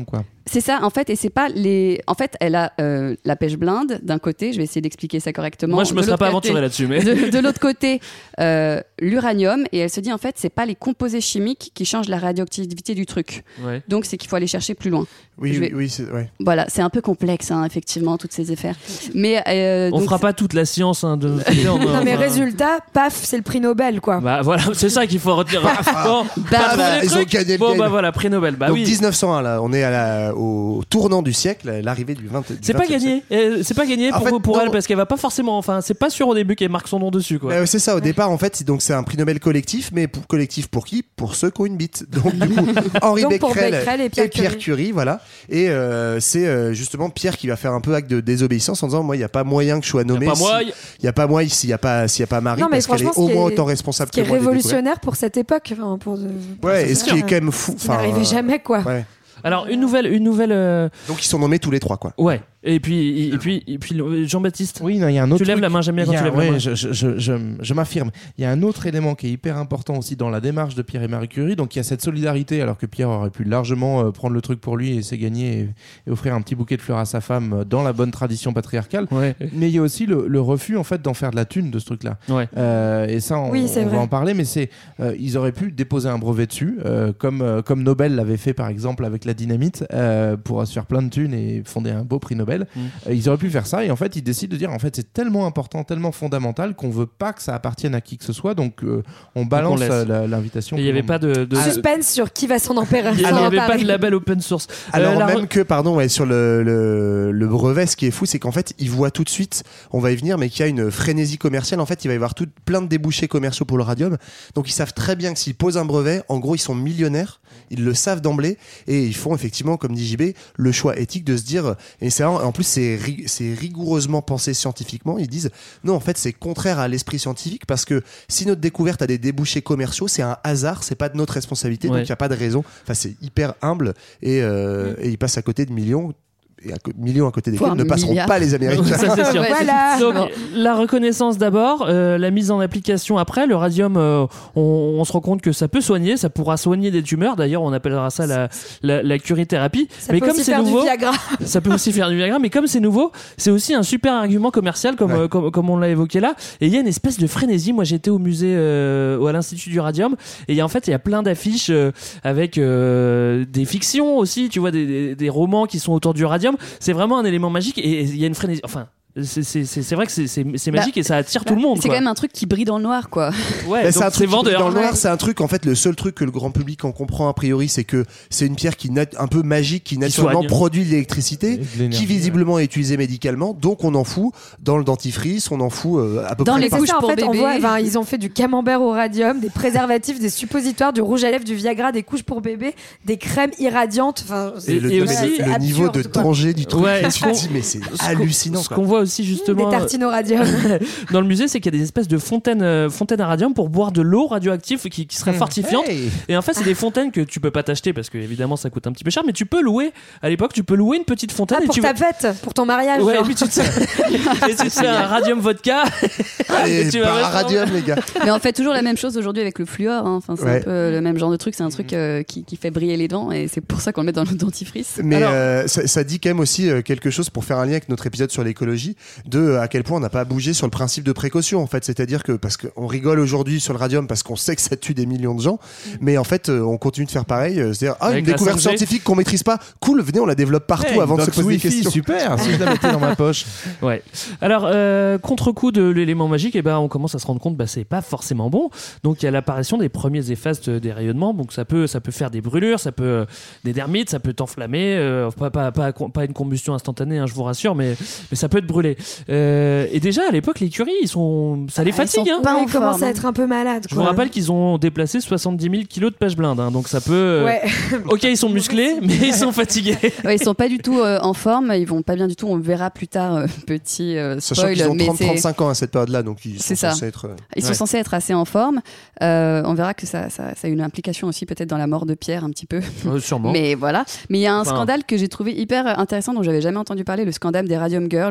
C'est ça, en fait, et c'est pas les. En fait, elle a euh, la pêche blinde d'un côté. Je vais essayer d'expliquer ça correctement. Moi, je me serais pas aventuré là-dessus, mais de, de l'autre côté, euh, l'uranium, et elle se dit en fait, c'est pas les composés chimiques qui changent la radioactivité du truc. Ouais. Donc, c'est qu'il faut aller chercher plus loin. Oui, je vais... oui, c'est ouais. Voilà, c'est un peu complexe, hein, effectivement, toutes ces affaires. Mais euh, on donc, fera pas toute la science hein, de. non, mais résultat, paf, c'est le prix Nobel, quoi. Bah voilà, c'est ça qu'il faut retenir. Bon, bah, bah, ils ont gagné bon, bah voilà, prix Nobel. Bah donc oui. dix-neuf cent un là, on est à la, au tournant du siècle, l'arrivée du vingt. C'est pas gagné, c'est pas gagné pour, fait, pour elle parce qu'elle va pas forcément. Enfin, c'est pas sûr au début qu'elle marque son nom dessus, quoi. Euh, c'est ça, au départ, en fait, donc c'est un prix Nobel collectif, mais pour, collectif pour qui? Pour ceux qui ont une bite. Donc du coup, Henri donc, Becquerel, Becquerel et Pierre, et Pierre Curie. Curie, voilà. Et euh, c'est euh, justement Pierre qui va faire un peu acte de désobéissance en disant moi, il y a pas moyen que je sois nommé. Il y a pas moi. Il y a pas moi s'il y a pas s'il y a pas Marie non, mais parce qu'elle est au moins autant responsable que moi. Ce qui est moi révolutionnaire pour cette époque, enfin, pour. De, pour ouais, et ce qui est quand même fou. Ça n'arrivait jamais, quoi. Ouais. Alors une nouvelle, une nouvelle. Euh... Donc ils sont nommés tous les trois, quoi. Ouais. Et puis, et puis, et puis, Jean-Baptiste. Oui, non, il y a un autre. Tu lèves truc. la main, j'aime bien quand a, tu lèves ouais, la main. Je, je, je, je, je m'affirme. Il y a un autre élément qui est hyper important aussi dans la démarche de Pierre et Marie Curie. Donc il y a cette solidarité, alors que Pierre aurait pu largement euh, prendre le truc pour lui et c'est gagner et, et offrir un petit bouquet de fleurs à sa femme euh, dans la bonne tradition patriarcale. Ouais. Mais il y a aussi le, le refus en fait d'en faire de la thune de ce truc-là. Ouais. Euh, et ça, on, oui, on va en parler. Mais c'est, euh, ils auraient pu déposer un brevet dessus, euh, comme euh, comme Nobel l'avait fait par exemple avec la dynamite, euh, pour se faire plein de thunes et fonder un beau prix Nobel. Mmh. Euh, ils auraient pu faire ça et en fait ils décident de dire en fait c'est tellement important, tellement fondamental qu'on veut pas que ça appartienne à qui que ce soit, donc euh, on balance donc on la, l'invitation. Il n'y avait pas de, de... suspense sur qui va s'en emparer. Il n'y avait pas de label open source. Alors euh, même re... que pardon ouais, sur le, le, le brevet, ce qui est fou c'est qu'en fait ils voient tout de suite, on va y venir, mais qu'il y a une frénésie commerciale. En fait il va y avoir tout, plein de débouchés commerciaux pour le radium, donc ils savent très bien que s'ils posent un brevet, en gros ils sont millionnaires, ils le savent d'emblée et ils font effectivement, comme dit J B, le choix éthique de se dire, et c'est en plus c'est, c'est rigoureusement pensé scientifiquement, ils disent non en fait c'est contraire à l'esprit scientifique parce que si notre découverte a des débouchés commerciaux c'est un hasard, c'est pas de notre responsabilité, ouais. Donc il n'y a pas de raison, enfin c'est hyper humble et, euh, mmh. et ils passent à côté de millions. Et à co- millions à côté desquels ne passeront milliard. Pas les Américains. Ça, c'est sûr. Ouais, voilà. Donc, la reconnaissance d'abord, euh, la mise en application après. Le radium, euh, on, on se rend compte que ça peut soigner, ça pourra soigner des tumeurs. D'ailleurs, on appellera ça la, la, la curithérapie. Ça mais peut comme aussi c'est faire nouveau, du Viagra. Ça peut aussi faire du Viagra. Mais comme c'est nouveau, c'est aussi un super argument commercial, comme, ouais. euh, comme, comme on l'a évoqué là. Et il y a une espèce de frénésie. Moi, j'étais au musée, euh, à l'Institut du Radium, et en fait, il y a plein d'affiches euh, avec euh, des fictions aussi. Tu vois, des, des, des romans qui sont autour du radium. C'est vraiment un élément magique et il y a une frénésie. Enfin, c'est, c'est, c'est, c'est vrai que c'est, c'est, c'est magique bah, et ça attire bah, tout le monde. C'est quoi. quand même un truc qui brille dans le noir, quoi. Ouais, bah, donc c'est un truc vendeur. Dans le noir, ouais. c'est un truc. En fait, le seul truc que le grand public en comprend a priori, c'est que c'est une pierre qui nat- un peu magique, qui naturellement qui produit de l'électricité, de qui visiblement ouais. est utilisée médicalement. Donc, on en fout dans le dentifrice, on en fout euh, à peu dans près. Les couches ça, pour en fait, bébé. on voit, enfin, ils ont fait du camembert au radium, des préservatifs, des suppositoires, du rouge à lèvres, du Viagra, des couches pour bébé, des crèmes irradiantes. Enfin, et le, et aussi, c'est le absurde, niveau de quoi. danger du truc. Ouais, tu te dis, mais c'est ce hallucinant. Qu'on, ce quoi. qu'on voit aussi justement. Des tartines au radium. Dans le musée, c'est qu'il y a des espèces de fontaines, euh, fontaines à radium pour boire de l'eau radioactive qui, qui serait mmh. fortifiante. Hey. Et en fait, c'est des fontaines que tu peux pas t'acheter parce que évidemment ça coûte un petit peu cher, mais tu peux louer. À l'époque, tu peux louer une petite fontaine. Ah, et pour tu ta vas... fête, pour ton mariage. Ouais, genre. et puis tu te et tu te fais un radium vodka. Allez, tu vas radium, les gars. Mais on fait toujours la même chose aujourd'hui avec le fluor. Hein. Enfin, c'est ouais. un peu le même genre de truc. C'est un truc euh, qui, qui fait briller les dents et c'est pour ça qu'on le met dans le dentifrice. Mais Alors... euh, ça, ça dit quand même aussi euh, quelque chose pour faire un lien avec notre épisode sur l'écologie, de euh, à quel point on n'a pas bougé sur le principe de précaution en fait, c'est-à-dire que parce qu'on rigole aujourd'hui sur le radium parce qu'on sait que ça tue des millions de gens, mais en fait euh, on continue de faire pareil, euh, c'est-à-dire ah, une découverte scientifique qu'on maîtrise pas, cool, venez on la développe partout hey, avant de se poser des questions. Super, si je la mettais dans ma poche. Ouais. Alors euh, contre-coup de l'élément magique, et eh ben on commence à se rendre compte bah c'est pas forcément bon. Donc il y a l'apparition des premiers effets des rayonnements, donc ça peut ça peut faire des brûlures, ça peut euh, des dermites, ça peut t'enflammer, euh, pas, pas pas pas une combustion instantanée, hein, je vous rassure, mais mais ça peut te brûler. Euh, et déjà à l'époque les Curie ils sont ça les fatigue. Hein. Ils commencent à être un peu malades. Je vous rappelle qu'ils ont déplacé soixante-dix mille kilos de pêche blinde, hein, donc ça peut. Euh... Ouais. Ok, ils sont musclés, mais ils sont fatigués. Ouais, ils sont pas du tout euh, en forme, ils vont pas bien du tout. On verra plus tard, euh, petit euh, spoil. Sachant qu'ils ont mais trente c'est... trente-cinq ans à cette période-là, donc ils c'est sont ça. censés être. Euh... Ils sont ouais. censés être assez en forme. Euh, on verra que ça, ça, ça a une implication aussi peut-être dans la mort de Pierre un petit peu. Euh, sûrement. Mais voilà. Mais il y a un enfin... scandale que j'ai trouvé hyper intéressant dont j'avais jamais entendu parler, le scandale des Radium Girls aux États-Unis.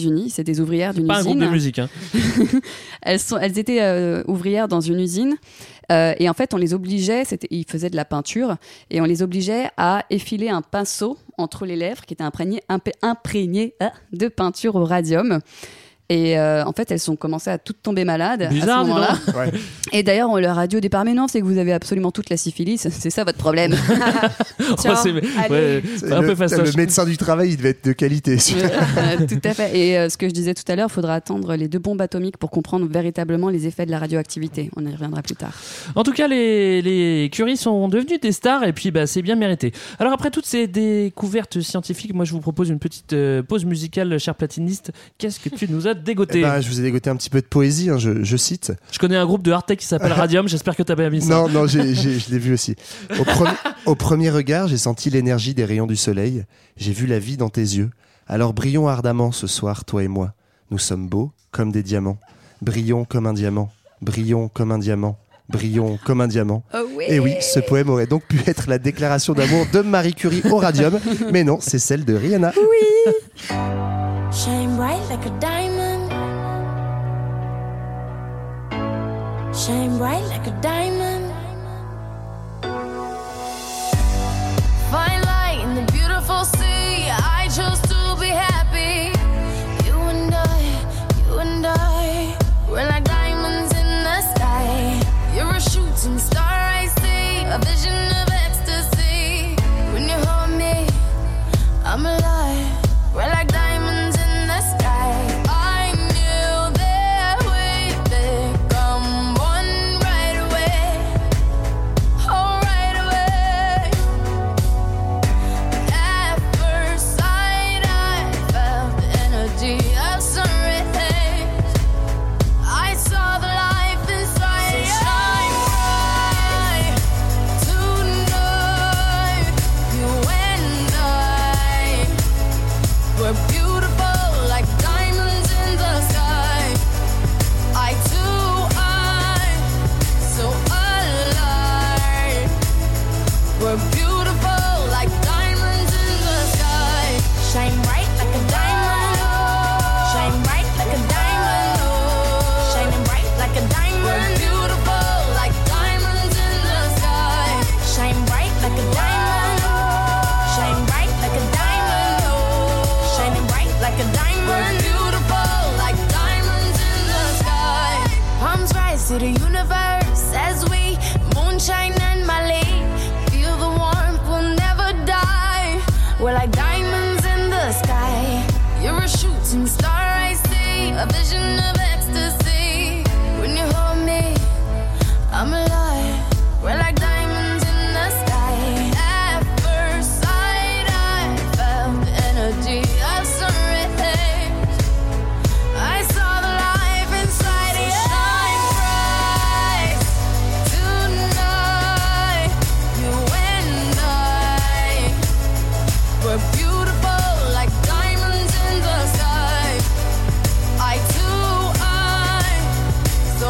États-Unis. C'est des ouvrières d'une pas usine. Pas un groupe de musique. Hein. elles, sont, elles étaient euh, ouvrières dans une usine. Euh, et en fait, on les obligeait, c'était, ils faisaient de la peinture, et on les obligeait à effiler un pinceau entre les lèvres qui était imprégné, imp- imprégné euh, de peinture au radium. Et euh, en fait, elles ont commencé à toutes tomber malades. Bizarre, à ce moment-là. Ouais. Et d'ailleurs, on leur a dit au départ, mais non, c'est que vous avez absolument toute la syphilis, c'est ça votre problème. Tiens, oh, c'est, ouais, c'est un le, peu fastoche. Le médecin du travail, il devait être de qualité. euh, tout à fait. Et euh, ce que je disais tout à l'heure, il faudra attendre les deux bombes atomiques pour comprendre véritablement les effets de la radioactivité. On y reviendra plus tard. En tout cas, les, les Curie sont devenus des stars et puis bah, c'est bien mérité. Alors après toutes ces découvertes scientifiques, moi je vous propose une petite euh, pause musicale, cher platiniste. Qu'est-ce que tu nous as dégoté? Eh ben, je vous ai dégoté un petit peu de poésie, hein, je, je cite. Je connais un groupe de hard tech qui s'appelle Radium, j'espère que t'as bien mis ça. Non, non, j'ai, j'ai, je l'ai vu aussi. Au, pre- au premier regard, j'ai senti l'énergie des rayons du soleil. J'ai vu la vie dans tes yeux. Alors brillons ardemment ce soir, toi et moi. Nous sommes beaux comme des diamants. Brillons comme un diamant. Brillons comme un diamant. Brillons comme un diamant. Oh oui. Et oui, ce poème aurait donc pu être la déclaration d'amour de Marie Curie au radium, mais non, c'est celle de Rihanna. Oui. Shine bright like a diamond. Shine bright like a diamond. Find light in the beautiful sea. I chose to be happy. You and I, you and I, we're like diamonds in the sky. You're a shooting star I see, a vision of ecstasy. When you hold me, I'm alive. We're like diamonds in the sky. I knew that we'd become one right away. Oh, right away. At first sight, I felt the energy of sun rays. I saw the life inside you. Shine bright tonight. You and I, we're beautiful like diamonds in the sky. I too, I'm so alive. We're beautiful like diamonds in the sky. Shine bright like a diamond. Shine bright like a diamond. Shining bright like a diamond. We're beautiful like diamonds in the sky. Shine bright like a diamond. Shine bright like a diamond. Shining bright like a diamond. We're beautiful like diamonds in the sky. Palms rise to the universe as we moonshine and Malay. Feel the warmth, we'll never die. We're like diamonds in the sky. You're a shooting star I see, a vision of ecstasy. When you hold me, I'm alive. We're like diamonds in the sky. At first sight, I felt the energy of sun rays. I saw the life inside you. Shine bright tonight. You and I, we're beautiful like diamonds in the sky. I too, I'm so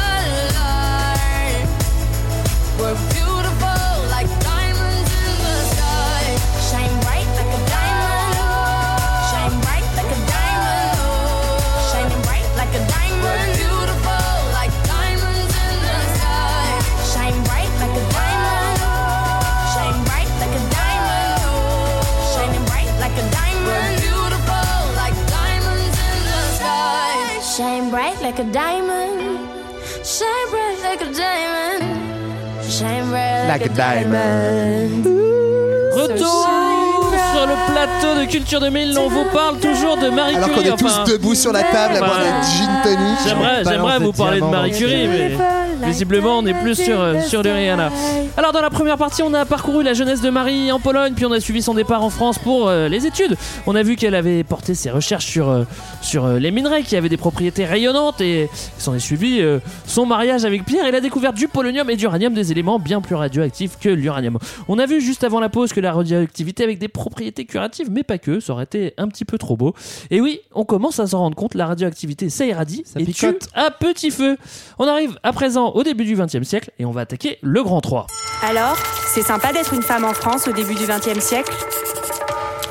alive. We're beautiful like diamonds in the sky. Shine bright like a diamond. Shine bright like a diamond. Shining bright like a diamond. We're beautiful like diamonds in the sky. Shine bright like a diamond. Shine bright like a diamond. Shining bright like a diamond. We're beautiful like diamonds in the sky. Shine bright like a diamond. Shine bright like a diamond. Shine bright like, Like a diamond. Retour sur le plateau de Culture deux mille, on vous parle toujours de Marie Alors Curie. qu'on est tous enfin, debout sur la table à boire Enfin, des gin tonic. J'aimerais, Balance j'aimerais des vous parler de diamants Marie dans Curie, mais visiblement on est plus sur, euh, sur de Rihanna. Alors dans la première partie, on a parcouru la jeunesse de Marie en Pologne, puis on a suivi son départ en France pour euh, les études. On a vu qu'elle avait porté ses recherches sur, euh, sur euh, les minerais qui avaient des propriétés rayonnantes, et s'en est suivi euh, son mariage avec Pierre et la découverte du polonium et du uranium, des éléments bien plus radioactifs que l'uranium. On a vu juste avant la pause que la radioactivité avec des propriétés curatives, mais pas que, ça aurait été un petit peu trop beau. Et oui, on commence à s'en rendre compte, la radioactivité ça irradie Ça et picote. tue à petit feu. On arrive à présent au début du vingtième siècle et on va attaquer le Grand trois. Alors, c'est sympa d'être une femme en France au début du vingtième siècle ?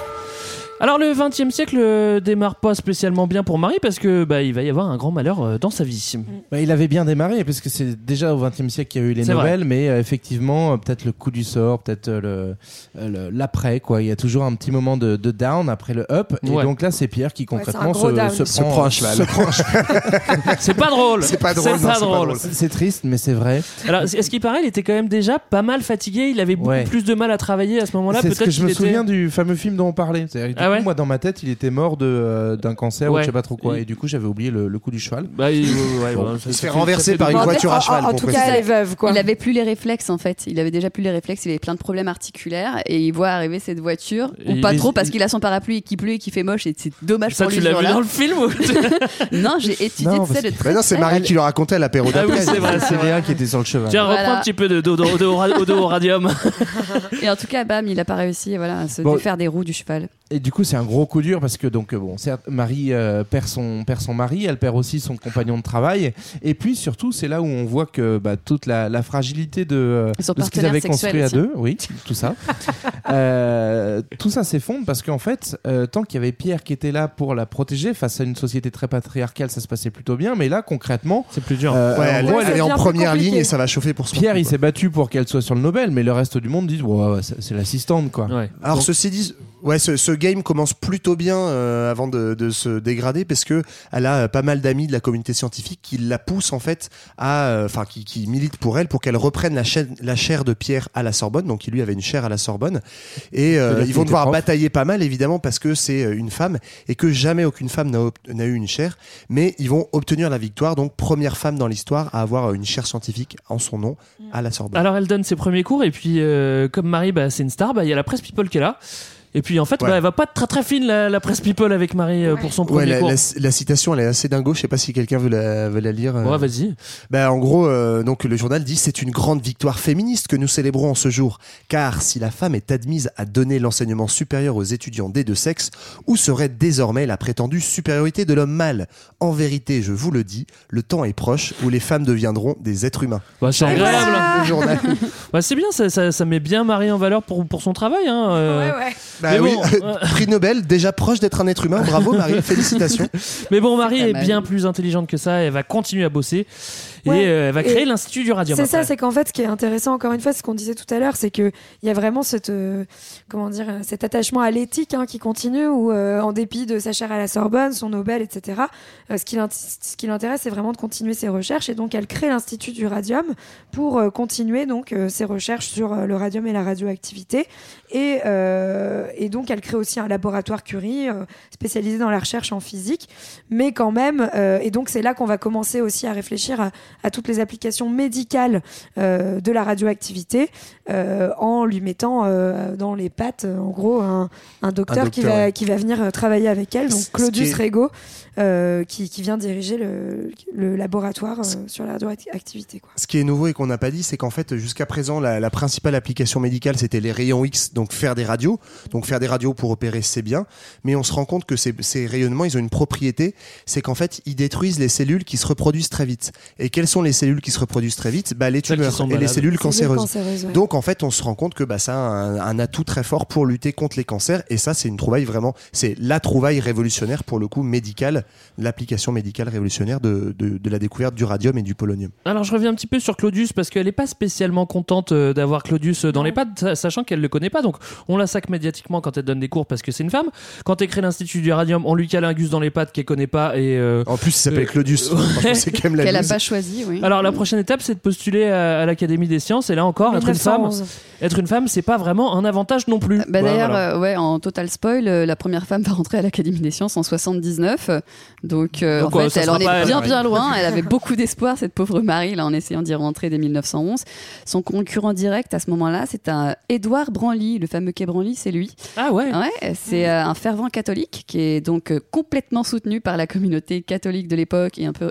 Alors le vingtième siècle euh, démarre pas spécialement bien pour Marie parce que bah, il va y avoir un grand malheur euh, dans sa vie. Bah, il avait bien démarré parce que c'est déjà au vingtième siècle qu'il y a eu les C'est Nobel, vrai. mais euh, effectivement euh, peut-être le coup du sort, peut-être euh, le, euh, le- l'après quoi. Il y a toujours un petit moment de, de down après le up, et Ouais. donc là c'est Pierre qui concrètement c'est un gros se, down. se, Se prend, prend un cheval. se prend un cheval. C'est pas drôle. C'est pas drôle, C'est non, pas c'est pas drôle. drôle. C'est c'est triste, mais c'est vrai. Alors, est-ce qu'il paraît, il était quand même déjà pas mal fatigué. Il avait beaucoup Ouais. plus de mal à travailler à ce moment-là. C'est Peut-être ce que je qu'il me était- souviens du fameux film dont on parlait. C'est-à-dire que, du Ah coup, ouais moi, dans ma tête, il était mort de, euh, d'un cancer ou Ouais. je sais pas trop quoi. Il- Et du coup, j'avais oublié le, le coup du cheval. Bah, il, ouais, ouais, Bon. ouais, ça- Il se ça fait fait- renverser ça fait par de- une Bon, en voiture fait, à cheval. En, en pour tout préciser. cas, elle est veuve, quoi. Il avait plus les réflexes en fait. Il avait déjà plus les réflexes. Il avait plein de problèmes articulaires et il voit arriver cette voiture Et ou pas il- trop parce qu'il a son parapluie et qu'il pleut et qu'il fait moche et c'est dommage Ça, pour lui. tu ce l'as vu jour-là. dans le film ou... Non, j'ai étudié Non, de ça parce de que- très Bah non, c'est près. Marie qui le racontait à l'apéro Ah oui, d'après. c'est vrai, c'est C'est vrai. Léa qui était sur le cheval. Tiens, Voilà. reprends un petit peu de d'eau d'eau- d'eau- d'eau- d'eau au radium. Et en tout cas, bam, il a pas réussi voilà, à se Bon. défaire des roues du cheval. Et du coup, c'est un gros coup dur parce que donc euh, bon, certes, Marie euh, perd son perd son mari, elle perd aussi son compagnon de travail, et puis surtout, c'est là où on voit que bah, toute la, la fragilité de, euh, Son de ce qu'ils partenaire avaient sexuel construit à aussi. deux, oui, tout ça, euh, tout ça s'effondre parce qu'en fait, euh, tant qu'il y avait Pierre qui était là pour la protéger face à une société très patriarcale, ça se passait plutôt bien, mais là, concrètement, C'est plus dur. euh, Ouais, en elle, gros, elle elle- est en devient plus première compliqué. ligne et ça va chauffer pour son Pierre, coup, il quoi. s'est battu pour qu'elle soit sur le Nobel, mais le reste du monde dit, ouais, ouais, c'est c'est l'assistante, quoi. Ouais. Alors Donc- ceci dit, ouais, ce, ce game commence plutôt bien euh, avant de, de se dégrader parce que elle a euh, pas mal d'amis de la communauté scientifique qui la poussent en fait à, euh, enfin qui, qui militent pour elle pour qu'elle reprenne la, chaîne, la chaire de Pierre à la Sorbonne. Donc il lui avait une chaire à la Sorbonne et euh, C'est là ils qu'il vont était devoir prof. batailler pas mal évidemment parce que c'est euh, une femme et que jamais aucune femme n'a, ob- n'a eu une chaire. Mais ils vont obtenir la victoire. Donc première femme dans l'histoire à avoir euh, une chaire scientifique en son nom à la Sorbonne. Alors elle donne ses premiers cours et puis euh, comme Marie bah, c'est une star, bah, il y a la presse people qui est là. Et puis en fait, Ouais. bah, elle va pas être très très fine la, la presse people avec Marie euh, pour son Ouais, premier la, cours. la- la citation elle est assez dingo. Je sais pas si quelqu'un veut la, veut la lire. euh. Ouais, vas-y. Ben, en gros, euh, donc le journal dit c'est une grande victoire féministe que nous célébrons en ce jour, car si la femme est admise à donner l'enseignement supérieur aux étudiants des deux sexes, où serait désormais la prétendue supériorité de l'homme mâle ? En vérité, je vous le dis, le temps est proche où les femmes deviendront des êtres humains. Bah, c'est agréable. Le journal. Bah, c'est bien, ça, ça, ça met bien Marie en valeur pour, pour son travail. Hein, euh. Ouais, ouais. Bah Mais oui, bon, euh, prix Nobel, déjà proche d'être un être humain. Bravo Marie, félicitations. Mais bon, Marie pas est mal. bien plus intelligente que ça. Elle va continuer à bosser et Ouais. euh, elle va créer Et l'Institut du Radium. C'est ça, après. c'est qu'en fait, ce qui est intéressant, encore une fois, c'est ce qu'on disait tout à l'heure, c'est qu'il y a vraiment cette, euh, comment dire, euh, cet attachement à l'éthique hein, qui continue, où euh, en dépit de sa chaire à la Sorbonne, son Nobel, et cetera, euh, ce qui l'int- ce qui l'intéresse, c'est vraiment de continuer ses recherches. Et donc, elle crée l'Institut du Radium pour euh, continuer donc euh, ses recherches sur euh, le radium et la radioactivité. Et, euh, et donc, elle crée aussi un laboratoire Curie euh, spécialisé dans la recherche en physique. Mais quand même, euh, et donc, c'est là qu'on va commencer aussi à réfléchir à à toutes les applications médicales euh, de la radioactivité euh, en lui mettant euh, dans les pattes, euh, en gros, un, un docteur, Un qui, docteur, va, ouais. qui va venir euh, travailler avec elle, donc Ce Claudius qui est- Rego, euh, qui, qui vient diriger le, le laboratoire euh, sur la radioactivité. Quoi. Ce qui est nouveau et qu'on n'a pas dit, c'est qu'en fait, jusqu'à présent, la, la principale application médicale, c'était les rayons X, donc faire des radios. Donc faire des radios pour opérer, c'est bien. Mais on se rend compte que ces, ces rayonnements, ils ont une propriété, c'est qu'en fait, ils détruisent les cellules qui se reproduisent très vite. Et quelles sont les cellules qui se reproduisent très vite ? Bah, les Celles qui tumeurs sont et les malades. cellules Cellules cancéreuses. cancéreuses, ouais. Donc en fait, on se rend compte que bah, ça a un, un atout très fort pour lutter contre les cancers. Et ça, c'est une trouvaille vraiment, c'est la trouvaille révolutionnaire pour le coup médicale, l'application médicale révolutionnaire de, de, de la découverte du radium et du polonium. Alors je reviens un petit peu sur Claudius parce qu'elle n'est pas spécialement contente euh, d'avoir Claudius euh, dans les pattes, sa- sachant qu'elle le connaît pas. Donc on la sac médiatiquement quand elle donne des cours parce que c'est une femme. Quand elle crée l'Institut du Radium, on lui cale un gus dans les pattes qu'elle connaît pas et euh, En plus, il s'appelle euh, Claudius. Franchement, c'est quand même la Qu'elle a bise. pas choisi, oui. alors la prochaine étape c'est de postuler à, à l'Académie des sciences et là encore être une femme. mille neuf cent onze. Être une femme c'est pas vraiment un avantage non plus. Bah, Ouais, D'ailleurs, voilà. euh, ouais, en total spoil, euh, la première femme va rentrer à l'Académie des sciences en soixante-dix-neuf. Donc, euh, Donc, en ouais, fait, ça elle sera en est pas elle, bien, ouais. bien loin. Elle avait beaucoup d'espoir, cette pauvre Marie, là, en essayant d'y rentrer dès mille neuf cent onze. Son concurrent direct à ce moment-là, c'est un Édouard Branly. Le fameux Quai Branly, c'est lui. Ah ouais. Ouais, c'est euh, un fervent catholique qui est donc euh, complètement soutenu par la communauté catholique de l'époque et un peu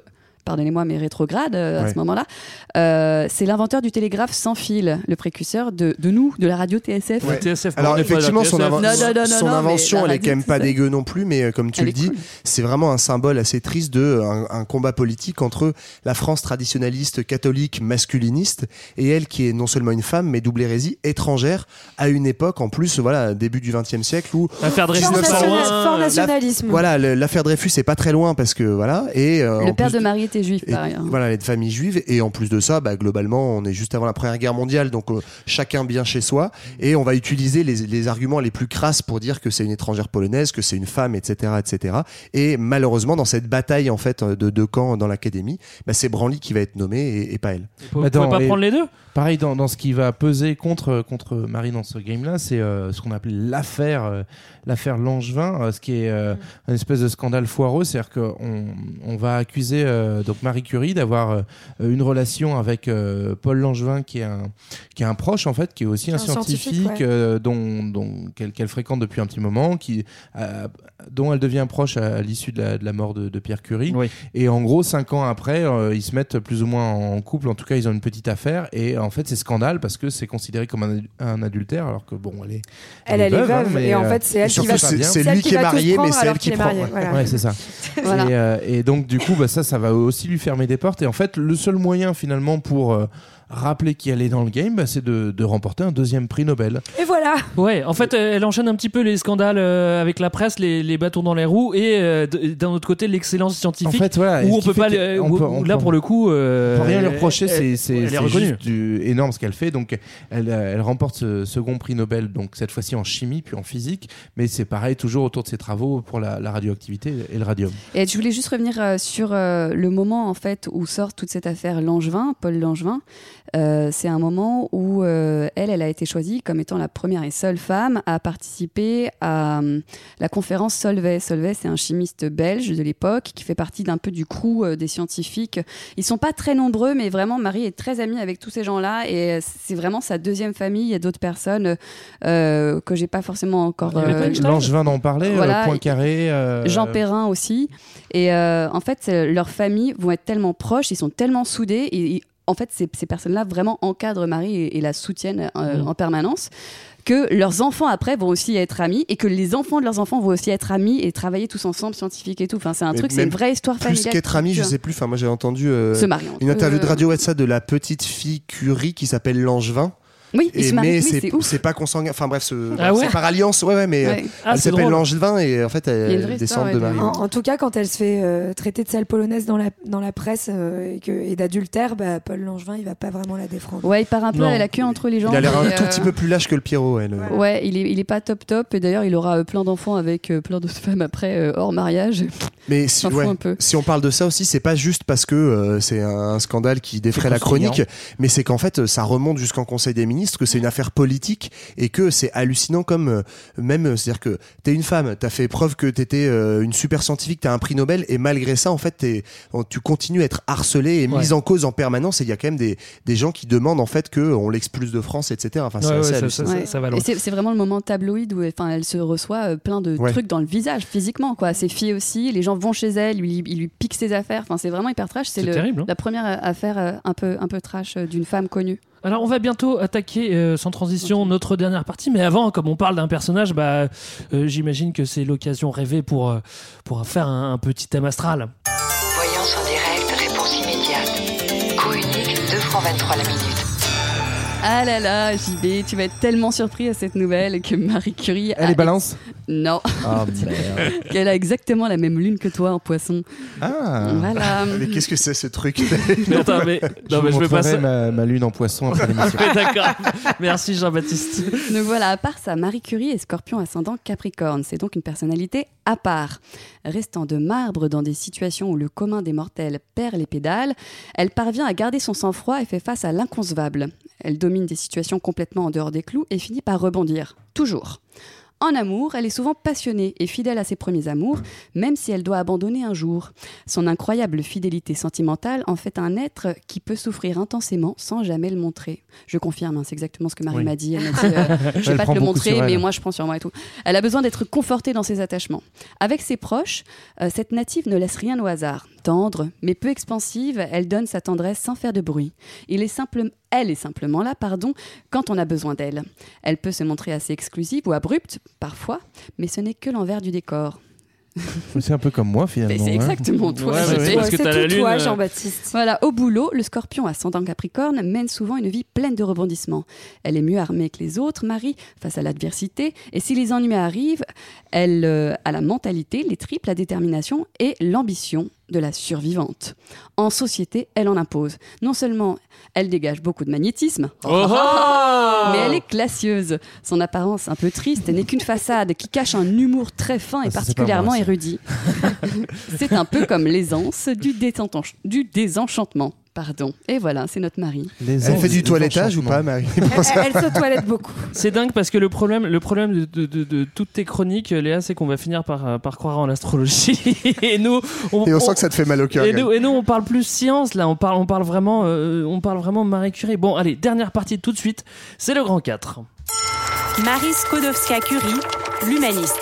pardonnez-moi, mais rétrograde euh, à Ouais. ce moment-là. Euh, c'est l'inventeur du télégraphe sans fil, le précurseur de, de nous, de la radio T S F. Ouais. T S F, Alors on est pas effectivement, la son, T S F. inven- Non, non, non, son non, invention, mais la elle est quand même radio, pas c'est- dégueu non plus, mais euh, comme tu Elle le est dis, cool. c'est vraiment un symbole assez triste de un, un combat politique entre la France traditionnaliste, catholique, masculiniste, et elle qui est non seulement une femme, mais double hérésie, étrangère, à une époque en plus, voilà, début du XXe siècle où L'affaire Dreyfus, Fort, c'est pas national- loin. fort La- nationalisme. voilà, le- l'affaire Dreyfus c'est pas très loin parce que voilà, et euh, Le en père plus de Marie était juif, Et, par ailleurs. voilà, les familles juives. Et en plus de ça, bah, globalement, on est juste avant la Première Guerre mondiale, donc euh, chacun bien chez soi. Et on va utiliser les, les arguments les plus crasses pour dire que c'est une étrangère polonaise, que c'est une femme, et cetera, et cetera. Et malheureusement, dans cette bataille en fait de deux camps dans l'académie, bah, c'est Branly qui va être nommé et, et pas elle. Vous Bah, pouvez dans- pas et- prendre les deux? Pareil, dans, dans ce qui va peser contre, contre Marie dans ce game-là, c'est euh, ce qu'on appelait l'affaire, euh, l'affaire Langevin, euh, ce qui est euh, un espèce de scandale foireux. C'est-à-dire qu'on on va accuser euh, donc Marie Curie d'avoir euh, une relation avec euh, Paul Langevin, qui est, un, qui est un proche, en fait, qui est aussi un, Un scientifique, scientifique, ouais. euh, dont, dont, qu'elle, qu'elle fréquente depuis un petit moment, qui, euh, dont elle devient proche à, à l'issue de la, de la mort de, de Pierre Curie. Oui. Et en gros, cinq ans après, euh, ils se mettent plus ou moins en couple. En tout cas, ils ont une petite affaire. Et en fait, c'est scandale parce que c'est considéré comme un, un adultère, alors que bon, elle est. Elle, elle est veuve, hein, mais, et en euh, fait, c'est elle et qui surtout, va. c'est bien. c'est elle lui qui est va tout marié, prendre mais c'est alors elle qui qu'il est prend, marié, ouais. voilà. Ouais, c'est ça. Voilà. Et, euh, et donc, du coup, bah, ça, ça va aussi lui fermer des portes. Et en fait, le seul moyen finalement pour euh, rappeler qui elle est dans le game, bah, c'est de, de remporter un deuxième prix Nobel. Et voilà. Ouais, en fait, euh, elle enchaîne un petit peu les scandales euh, avec la presse, les, les bâtons dans les roues, et euh, d- d'un autre côté, l'excellence En scientifique. fait, voilà. et où ce on qui peut fait pas, que- les- on où- peut- où on là peut- pour le coup, euh, on peut rien lui reprocher, elle- c'est, c'est, elle est c'est reconnue. juste du énorme ce qu'elle fait. Donc, elle, elle remporte ce second prix Nobel, donc cette fois-ci en chimie puis en physique, mais c'est pareil toujours autour de ses travaux pour la, la radioactivité et le radium. Et je voulais juste revenir euh, sur euh, le moment en fait où sort toute cette affaire Langevin, Paul Langevin. Euh, c'est un moment où euh, elle, elle a été choisie comme étant la première et seule femme à participer à euh, la conférence Solvay. Solvay, c'est un chimiste belge de l'époque qui fait partie d'un peu du crew euh, des scientifiques. Ils sont pas très nombreux, mais vraiment Marie est très amie avec tous ces gens-là et c'est vraiment sa deuxième famille. Il y a d'autres personnes euh, que j'ai pas forcément encore. Il y avait pas euh, Einstein Langevin d'en parler, Voilà. euh, Poincaré. euh, Jean Perrin aussi. Et euh, en fait, euh, leurs familles vont être tellement proches, ils sont tellement soudés. Et, et en fait, ces, ces personnes-là vraiment encadrent Marie et, et la soutiennent euh, Mmh. en permanence. Que leurs enfants après vont aussi être amis et que les enfants de leurs enfants vont aussi être amis et travailler tous ensemble, scientifiques et tout. Enfin, c'est un Mais truc, c'est même une vraie histoire Plus familiale. qu'être ami, je culture. sais plus. Enfin, moi j'ai entendu euh, Se marier entre une interview eux. de radio ça de la petite fille Curie qui s'appelle Langevin. Oui, ils Et se marient, mais oui, c'est c'est ouf. c'est pas consanguin. Enfin bref, ce- Ah ouais c'est par alliance. Ouais, ouais, mais Ouais. euh, Ah, elle c'est s'appelle drôle. Langevin et en fait Il y a une elle vraie descend histoire, de ouais, Marie. En, en tout cas, quand elle se fait euh, traiter de sale polonaise dans la, dans la presse euh, et, que, et d'adultère, bah, Paul Langevin, il va pas vraiment la défendre. Ouais, il part un peu Non. à la queue entre les gens. Il a l'air un et, tout euh, petit peu plus lâche que le Pierrot, elle. Ouais, il est, il est pas top top. Et d'ailleurs, il aura euh, plein d'enfants avec euh, plein d'autres femmes après, euh, hors mariage. Mais si, S'en fout ouais, un peu. si on parle de ça aussi, c'est pas juste parce que euh, c'est un scandale qui défraie la croustillant. chronique, mais c'est qu'en fait ça remonte jusqu'en Conseil des ministres, que c'est une affaire politique et que c'est hallucinant comme euh, même, euh, c'est-à-dire que t'es une femme, t'as fait preuve que t'étais euh, une super scientifique, t'as un prix Nobel et malgré ça en fait t'es, tu continues à être harcelée et mise Ouais. en cause en permanence et il y a quand même des, des gens qui demandent en fait qu'on l'expulse de France, et cetera. Enfin c'est Ouais, assez ouais, ça- hallucinant. ça- Ouais. ça va Et loin. c'est, c'est vraiment le moment tabloïd où enfin, elle se reçoit euh, plein de Ouais. trucs dans le visage, physiquement. Quoi. Ses filles aussi, les gens vont chez elle, lui, ils lui piquent ses affaires. Enfin, c'est vraiment hyper trash. C'est, C'est le- terrible, hein. la première affaire euh, un peu, un peu trash euh, d'une femme connue. Alors on va bientôt attaquer euh, sans transition notre dernière partie, mais avant, comme on parle d'un personnage, bah, euh, j'imagine que c'est l'occasion rêvée pour, euh, pour faire un, un petit thème astral. Voyance en direct, réponse immédiate. Coût unique, deux francs vingt-trois la minute. Ah là là, J B, tu vas être tellement surpris à cette nouvelle que Marie Curie. Elle a- est balance. Non. Ah merde. Qu'elle a exactement la même lune que toi en poisson. Ah. Voilà. Mais qu'est-ce que c'est ce truc? Mais attends, mais, Je non, mais vous je veux pas montrerai ça. ma, ma lune en poisson après l'émission. Ouais, d'accord. Merci Jean-Baptiste. Donc voilà, à part ça, Marie Curie est scorpion ascendant Capricorne. C'est donc une personnalité à part. Restant de marbre dans des situations où le commun des mortels perd les pédales, elle parvient à garder son sang-froid et fait face à l'inconcevable. Elle domine des situations complètement en dehors des clous et finit par rebondir. Toujours. En amour, elle est souvent passionnée et fidèle à ses premiers amours, même si elle doit abandonner un jour. Son incroyable fidélité sentimentale en fait un être qui peut souffrir intensément sans jamais le montrer. Je confirme, hein, c'est exactement ce que Marie Oui. m'a dit. Elle m'a dit, euh, je vais pas te le montrer, mais moi je prends sur moi et tout. Elle a besoin d'être confortée dans ses attachements. Avec ses proches, euh, cette native ne laisse rien au hasard. Tendre, mais peu expansive, elle donne sa tendresse sans faire de bruit. Il est simple... Elle est simplement là, pardon, quand on a besoin d'elle. Elle peut se montrer assez exclusive ou abrupte, parfois, mais ce n'est que l'envers du décor. C'est un peu comme moi finalement. C'est hein. exactement toi. Ouais, je ouais, sais. parce que c'est t'as tout la lune. toi, euh, Jean-Baptiste. Voilà, au boulot, le scorpion ascendant Capricorne mène souvent une vie pleine de rebondissements. Elle est mieux armée que les autres, Marie, face à l'adversité. Et si les ennuis arrivent, elle euh, a la mentalité, les tripes, la détermination et l'ambition de la survivante. En société, elle en impose. Non seulement elle dégage beaucoup de magnétisme, Oh oh mais elle est classieuse. Son apparence un peu triste n'est qu'une façade qui cache un humour très fin et Ah, ça, c'est particulièrement pas moi, ça. érudit. C'est un peu comme l'aisance du, détentan- du désenchantement. Pardon. Et voilà, c'est notre Marie. Les Elle anges fait du des toilettage ou enchantements. pas, Marie Elle, elle se toilette beaucoup. C'est dingue parce que le problème, le problème de, de, de, de toutes tes chroniques, Léa, c'est qu'on va finir par, euh, par croire en l'astrologie. et nous, on, Et on sent que ça te fait mal au cœur. et quand nous, même. et nous, on parle plus science là. On parle, on parle vraiment, euh, on parle vraiment Marie Curie. Bon, allez, dernière partie tout de suite. C'est le grand quatre. Marie Skłodowska-Curie, l'humaniste.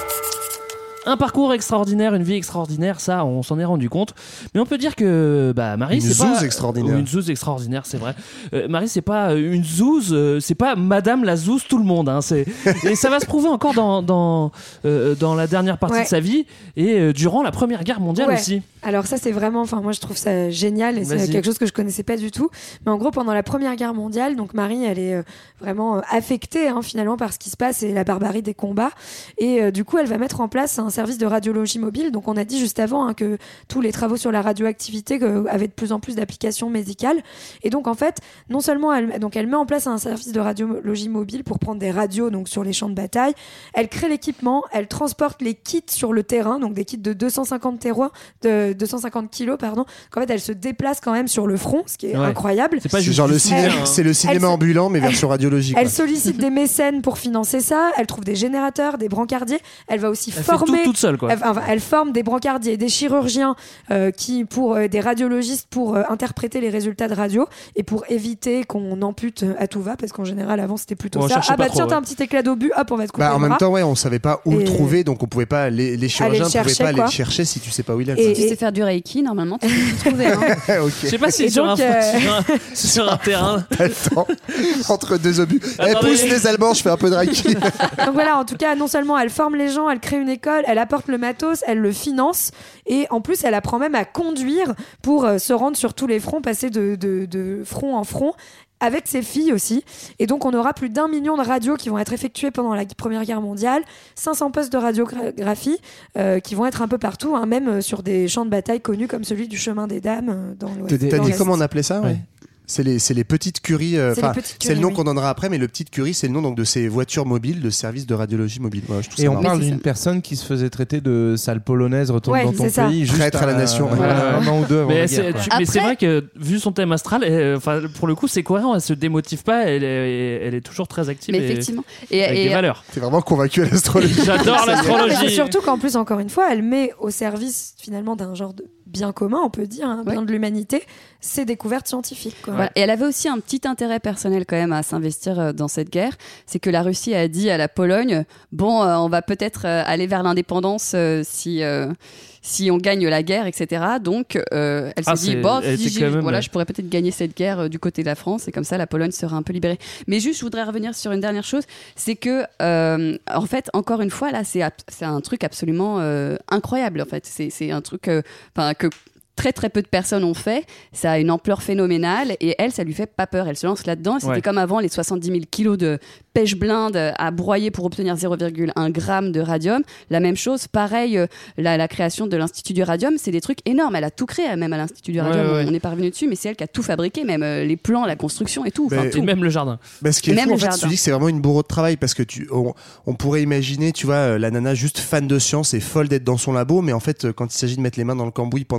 Un parcours extraordinaire, une vie extraordinaire, ça, on s'en est rendu compte. Mais on peut dire que bah, Marie, Une c'est pas zouze extraordinaire. Une zouze extraordinaire, c'est vrai. Euh, Marie, c'est pas une zouze, euh, c'est pas Madame la zouze tout le monde. Hein, c'est... Et ça va se prouver encore dans dans euh, dans la dernière partie Ouais. de sa vie et euh, durant la Première Guerre mondiale Ouais. aussi. Alors ça c'est vraiment, enfin moi je trouve ça génial et c'est Vas-y. quelque chose que je connaissais pas du tout. Mais en gros pendant la Première Guerre mondiale, donc Marie elle est euh, vraiment euh, affectée hein, finalement par ce qui se passe et la barbarie des combats. Et euh, du coup elle va mettre en place un service de radiologie mobile. Donc on a dit juste avant hein, que tous les travaux sur la radioactivité euh, avaient de plus en plus d'applications médicales. Et donc en fait non seulement elle, donc elle met en place un service de radiologie mobile pour prendre des radios donc sur les champs de bataille. Elle crée l'équipement, elle transporte les kits sur le terrain, donc des kits de deux cent cinquante terroirs, de deux cent cinquante kilos, pardon. En fait, elle se déplace quand même sur le front, ce qui est Ouais. incroyable. C'est pas C'est juste genre du le cinéma, cinéma, hein. c'est le cinéma Elle- ambulant mais version radiologie. Elle quoi. sollicite des mécènes pour financer ça. Elle trouve des générateurs, des brancardiers. Elle va aussi Elle fait former. tout toute seule, quoi. Elle, enfin, elle forme des brancardiers, des chirurgiens euh, qui, pour euh, des radiologistes pour euh, interpréter les résultats de radio et pour éviter qu'on ampute euh, à tout va, parce qu'en général avant c'était plutôt On ça. cherchait Ah bah pas trop, tiens, t'as ouais. un petit éclat d'obus, hop on va te couper Bah, en le même bras. temps, ouais, on savait pas où le Et- trouver, donc on pouvait pas. Les, les chirurgiens le ne pouvaient chercher, pas aller quoi. le chercher si tu sais pas où il est. Si Et- tu sais faire du reiki, normalement, tu peux le trouver. Hein. Ok. Je sais pas si Et sur, donc, un, euh, sur, un, sur un terrain. Pas le temps. Entre deux obus. Elle Attendez. pousse les Allemands, je fais un peu de reiki. Donc voilà, en tout cas, non seulement elle forme les gens, elle crée une école, elle apporte le matos, elle le finance, et en plus, elle apprend même à conduire pour euh, se rendre sur tous les fronts, passer de, de, de front en front. Avec ses filles aussi. Et donc, on aura plus d'un million de radios qui vont être effectuées pendant la Première Guerre mondiale, cinq cents postes de radiographie euh, qui vont être un peu partout, hein, même euh, sur des champs de bataille connus comme celui du Chemin des Dames euh, dans l'Ouest. T'as dans dit l'Est. comment on appelait ça, ouais. C'est les, c'est les petites curies. euh, C'est les enfin, petites c'est le curies, nom oui. qu'on donnera après, mais le petite curie, c'est le nom donc de ces voitures mobiles de service de radiologie mobile. Ouais, je trouve Et ça on marrant. parle c'est d'une ça. personne qui se faisait traiter de sale polonaise, retourne Ouais, dans ton c'est ça. pays, juste Traître à la nation. voilà, un an ou deux avant Mais, la c'est, guerre. quoi. tu- mais c'est Après- vrai que vu son thème astral, elle, enfin, pour le coup, c'est cohérent. Elle se démotive pas. Elle est, elle est toujours très active. Mais et effectivement. Et, avec et- des valeurs. T'es vraiment convaincu à l'astrologie. J'adore Non, mais c'est l'astrologie. surtout qu'en plus, encore une fois, elle met au service finalement d'un genre de bien commun, on peut dire, un bien Ouais. de l'humanité, ses découvertes scientifiques. Quoi. Voilà. Et elle avait aussi un petit intérêt personnel quand même à s'investir euh, dans cette guerre. C'est que la Russie a dit à la Pologne, bon, euh, on va peut-être euh, aller vers l'indépendance euh, si euh, si on gagne la guerre, et cetera. Donc euh, elle Ah, s'est dit, c'est- bon, elle si était j'ai- quand même, voilà, ouais. je pourrais peut-être gagner cette guerre euh, du côté de la France et comme ça la Pologne sera un peu libérée. Mais juste, je voudrais revenir sur une dernière chose, c'est que euh, en fait, encore une fois, là, c'est ab- c'est un truc absolument euh, incroyable. En fait, c'est c'est un truc, euh, enfin que très très peu de personnes ont fait, ça a une ampleur phénoménale et elle, ça lui fait pas peur, elle se lance là-dedans. C'était Ouais. comme avant les soixante-dix mille kilos de pêche blinde à broyer pour obtenir zéro virgule un gramme de radium. La même chose, pareil, euh, la, la création de l'Institut du Radium, c'est des trucs énormes. Elle a tout créé, même à l'Institut du Ouais, Radium, ouais. on n'est pas revenu dessus, mais c'est elle qui a tout fabriqué, même euh, les plans, la construction et tout. Enfin, Mais- tout. Et même le jardin. Bah, ce qui est Et même fou, en le fait, jardin. tu dis que c'est vraiment une bourreau de travail parce que tu, on, on pourrait imaginer, tu vois, euh, la nana juste fan de science et folle d'être dans son labo, mais en fait, euh, quand il s'agit de mettre les mains dans le cambouis pendant la guerre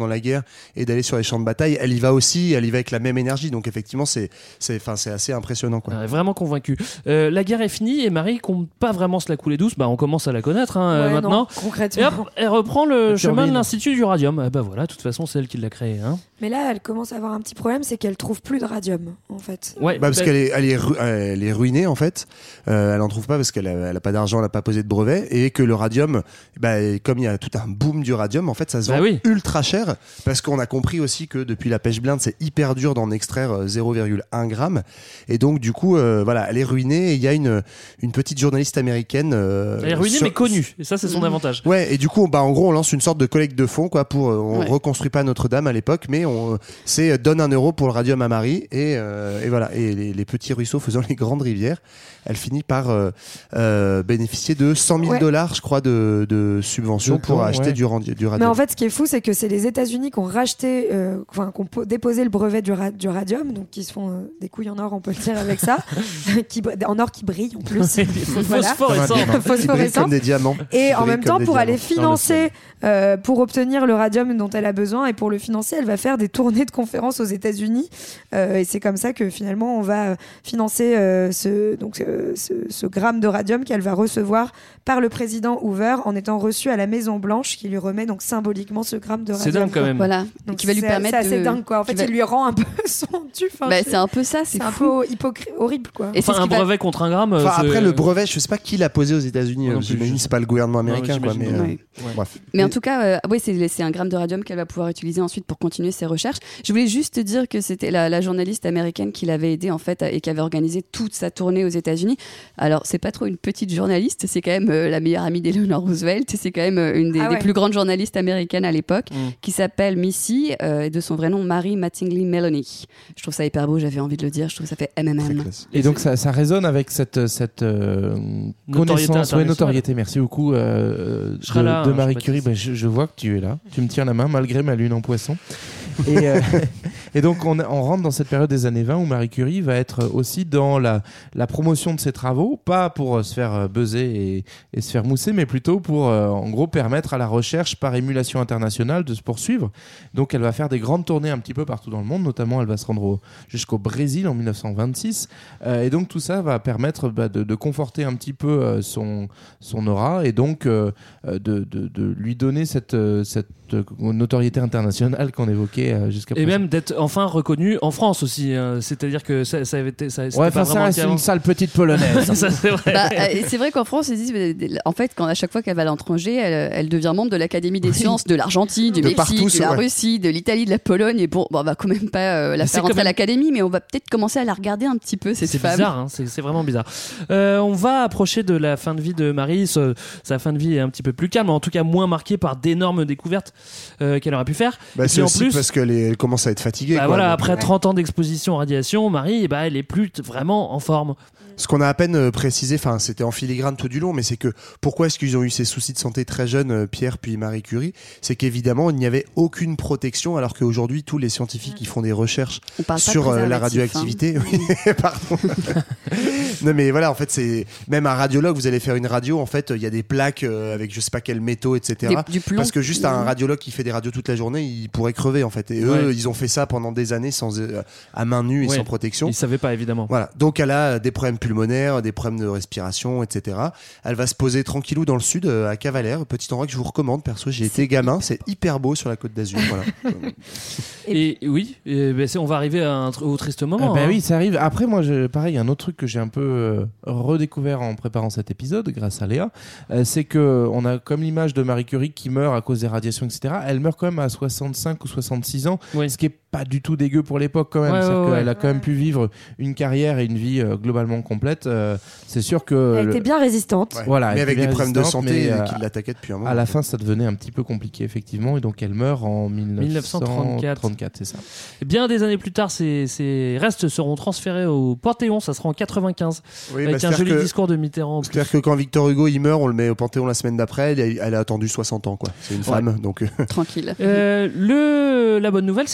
et d'aller sur les champs de bataille, elle y va aussi, elle y va avec la même énergie. Donc effectivement, c'est, c'est, enfin, c'est assez impressionnant, quoi. Ouais, vraiment convaincu. Euh, la guerre est finie et Marie compte pas vraiment se la couler douce. Bah, on commence à la connaître hein, ouais, maintenant. Non, concrètement. Et hop, elle reprend le La chemin turbine. de l'Institut du radium. Ah bah voilà, de toute façon, c'est elle qui l'a créé. Hein. Mais là, elle commence à avoir un petit problème, c'est qu'elle trouve plus de radium, en fait. Ouais, bah, parce bah, qu'elle est, elle est, ru- elle est ruinée en fait. Euh, elle en trouve pas parce qu'elle a, elle a pas d'argent, elle a pas posé de brevet et que le radium, bah, comme il y a tout un boom du radium, en fait, ça se vend bah oui. ultra cher parce qu'on a compris aussi que depuis la pêche blinde, c'est hyper dur d'en extraire zéro virgule un gramme et donc du coup, euh, voilà, elle est ruinée. Et il y a une une petite journaliste américaine. Euh, elle est ruinée sur... mais connue et ça, c'est son mmh. avantage. Ouais, et du coup, bah, en gros, on lance une sorte de collecte de fonds, quoi, pour, on ouais. reconstruit pas Notre-Dame à l'époque, mais on, c'est donne un euro pour le radium à Marie, et, euh, et voilà. Et les, les petits ruisseaux faisant les grandes rivières, elle finit par euh, euh, bénéficier de cent mille dollars, je crois, de, de subventions pour temps, acheter ouais. du, radi- du radium. Mais en fait, ce qui est fou, c'est que c'est les États-Unis qui ont racheté, euh, enfin, qui ont po- déposé le brevet du, ra- du radium, donc qui se font euh, des couilles en or, on peut le dire avec ça, qui, en or qui brille en plus. Voilà. Phosphorescent. Phosphorescent. Comme des diamants. Et en même temps, pour aller diamants. financer, euh, pour obtenir le radium dont elle a besoin et pour le financer, elle va faire des tournées de conférences aux États-Unis. Euh, et c'est comme ça que finalement, on va financer euh, ce, donc, euh, ce, ce gramme de radium qu'elle va recevoir par le président Hoover en étant reçue à la Maison Blanche, qui lui remet donc symboliquement ce gramme de radium. C'est dingue quand même. Voilà. Donc qui va lui c'est, permettre c'est assez de... dingue, quoi. En fait, va... il lui rend un peu son tuf. Hein, bah, c'est... c'est un peu ça, c'est, c'est fou. un peu hypocr... horrible, quoi. Et enfin, un va... brevet contre un gramme. Enfin, c'est... après le brevet, je sais pas qui l'a posé aux États-Unis. Non, euh, j'imagine c'est pas le gouvernement américain, non, quoi. Mais, euh, ouais. Ouais. Bref. Mais en tout cas, euh, oui, c'est, c'est un gramme de radium qu'elle va pouvoir utiliser ensuite pour continuer ses recherches. Je voulais juste te dire que c'était la, la journaliste américaine qui l'avait aidée en fait et qui avait organisé toute sa tournée aux États-Unis. Alors, c'est pas trop une petite journaliste, c'est quand même euh, la meilleure amie d'Eleanor Roosevelt. C'est quand même euh, une des, ah ouais. des plus grandes journalistes américaines à l'époque, mm. qui s'appelle Missy, euh, de son vrai nom Mary Mattingly Melanie. Je trouve ça hyper beau, j'avais envie de le dire. Je trouve que ça fait M M M. Et donc ça, ça résonne avec cette cette euh, connaissance, ouais, notoriété. Merci beaucoup euh, de, là, de hein, Marie je Curie. Bah, je, je vois que tu es là. Tu me tiens la main malgré ma lune en Poisson. Et, euh, et donc on, on rentre dans cette période des années vingt où Marie Curie va être aussi dans la, la promotion de ses travaux, pas pour euh, se faire euh, buzzer et, et se faire mousser, mais plutôt pour euh, en gros permettre à la recherche par émulation internationale de se poursuivre. Donc elle va faire des grandes tournées un petit peu partout dans le monde, notamment elle va se rendre au, jusqu'au Brésil en dix-neuf cent vingt-six, euh, et donc tout ça va permettre bah, de, de conforter un petit peu euh, son, son aura et donc euh, de, de, de lui donner cette, cette notoriété internationale qu'on évoquait euh, jusqu'à et présent. même d'être enfin reconnu en France aussi, hein. C'est-à-dire que ça, ça avait été ça, ouais, enfin ça reste une sale petite polonaise. Ça, c'est vrai. Bah, euh, c'est vrai qu'en France ils disent en fait quand à chaque fois qu'elle va à l'étranger elle, elle devient membre de l'Académie des oui. sciences de l'Argentine, du de Mexique, partout, de la ouais. Russie, de l'Italie, de la Pologne et bon, bon on va quand même pas euh, la mais faire rentrer même... à l'Académie mais on va peut-être commencer à la regarder un petit peu cette c'est femme. Bizarre, hein. c'est, c'est vraiment bizarre. Euh, on va approcher de la fin de vie de Marie. Ce, sa fin de vie est un petit peu plus calme, en tout cas moins marquée par d'énormes découvertes euh, qu'elle aurait pu faire. Bah, c'est en aussi plus, parce qu'elle est, elle commence à être fatiguée. Bah quoi, voilà, donc, après ouais. trente ans d'exposition aux radiations, Marie, bah, elle est plus t- vraiment en forme. Ce qu'on a à peine précisé, enfin c'était en filigrane tout du long, mais c'est que pourquoi est-ce qu'ils ont eu ces soucis de santé très jeunes, Pierre puis Marie Curie, c'est qu'évidemment il n'y avait aucune protection, alors qu'aujourd'hui tous les scientifiques qui font des recherches sur euh, la radioactivité, hein. oui, pardon. Non mais voilà, en fait c'est même un radiologue, vous allez faire une radio, en fait il y a des plaques euh, avec je sais pas quels métaux, et cetera. Des, du plomb. Parce que juste un radiologue qui fait des radios toute la journée, il pourrait crever en fait. Et eux, ouais. ils ont fait ça pendant des années sans euh, à main nue et ouais. sans protection. Ils savaient pas évidemment. Voilà, donc elle a des problèmes pulmonaires, des problèmes de respiration, et cetera. Elle va se poser tranquillou dans le sud, euh, à Cavalère, petit endroit que je vous recommande. Perso, j'y étais gamin, c'est hyper beau sur la Côte d'Azur. Voilà. Et, et oui, et ben c'est, on va arriver à un, au triste moment. Ah bah hein. oui, ça arrive. Après, moi, je, pareil, un autre truc que j'ai un peu euh, redécouvert en préparant cet épisode, grâce à Léa, euh, c'est que on a comme l'image de Marie Curie qui meurt à cause des radiations, et cetera. Elle meurt quand même à soixante-cinq ou soixante-six ans, oui. ce qui est pas du tout dégueu pour l'époque quand même. Ouais, C'est-à-dire ouais, qu'elle ouais. a quand même pu vivre une carrière et une vie euh, globalement complète. Euh, c'est sûr que elle le... était bien résistante. Ouais. Voilà, mais avec des problèmes de résistante, santé mais, qui l'attaquaient depuis un moment. À la fin, ça devenait un petit peu compliqué effectivement, et donc elle meurt en dix-neuf cent trente-quatre, c'est ça. Et bien des années plus tard, ces, ces restes seront transférés au Panthéon. Ça sera en quatre-vingt-quinze, oui, avec bah, un joli que... discours de Mitterrand. C'est-à-dire que quand Victor Hugo il meurt, on le met au Panthéon la semaine d'après. Elle a, elle a attendu soixante ans, quoi. C'est une femme, ouais. donc tranquille. Euh, le la bonne nouvelle, c'est que son héritage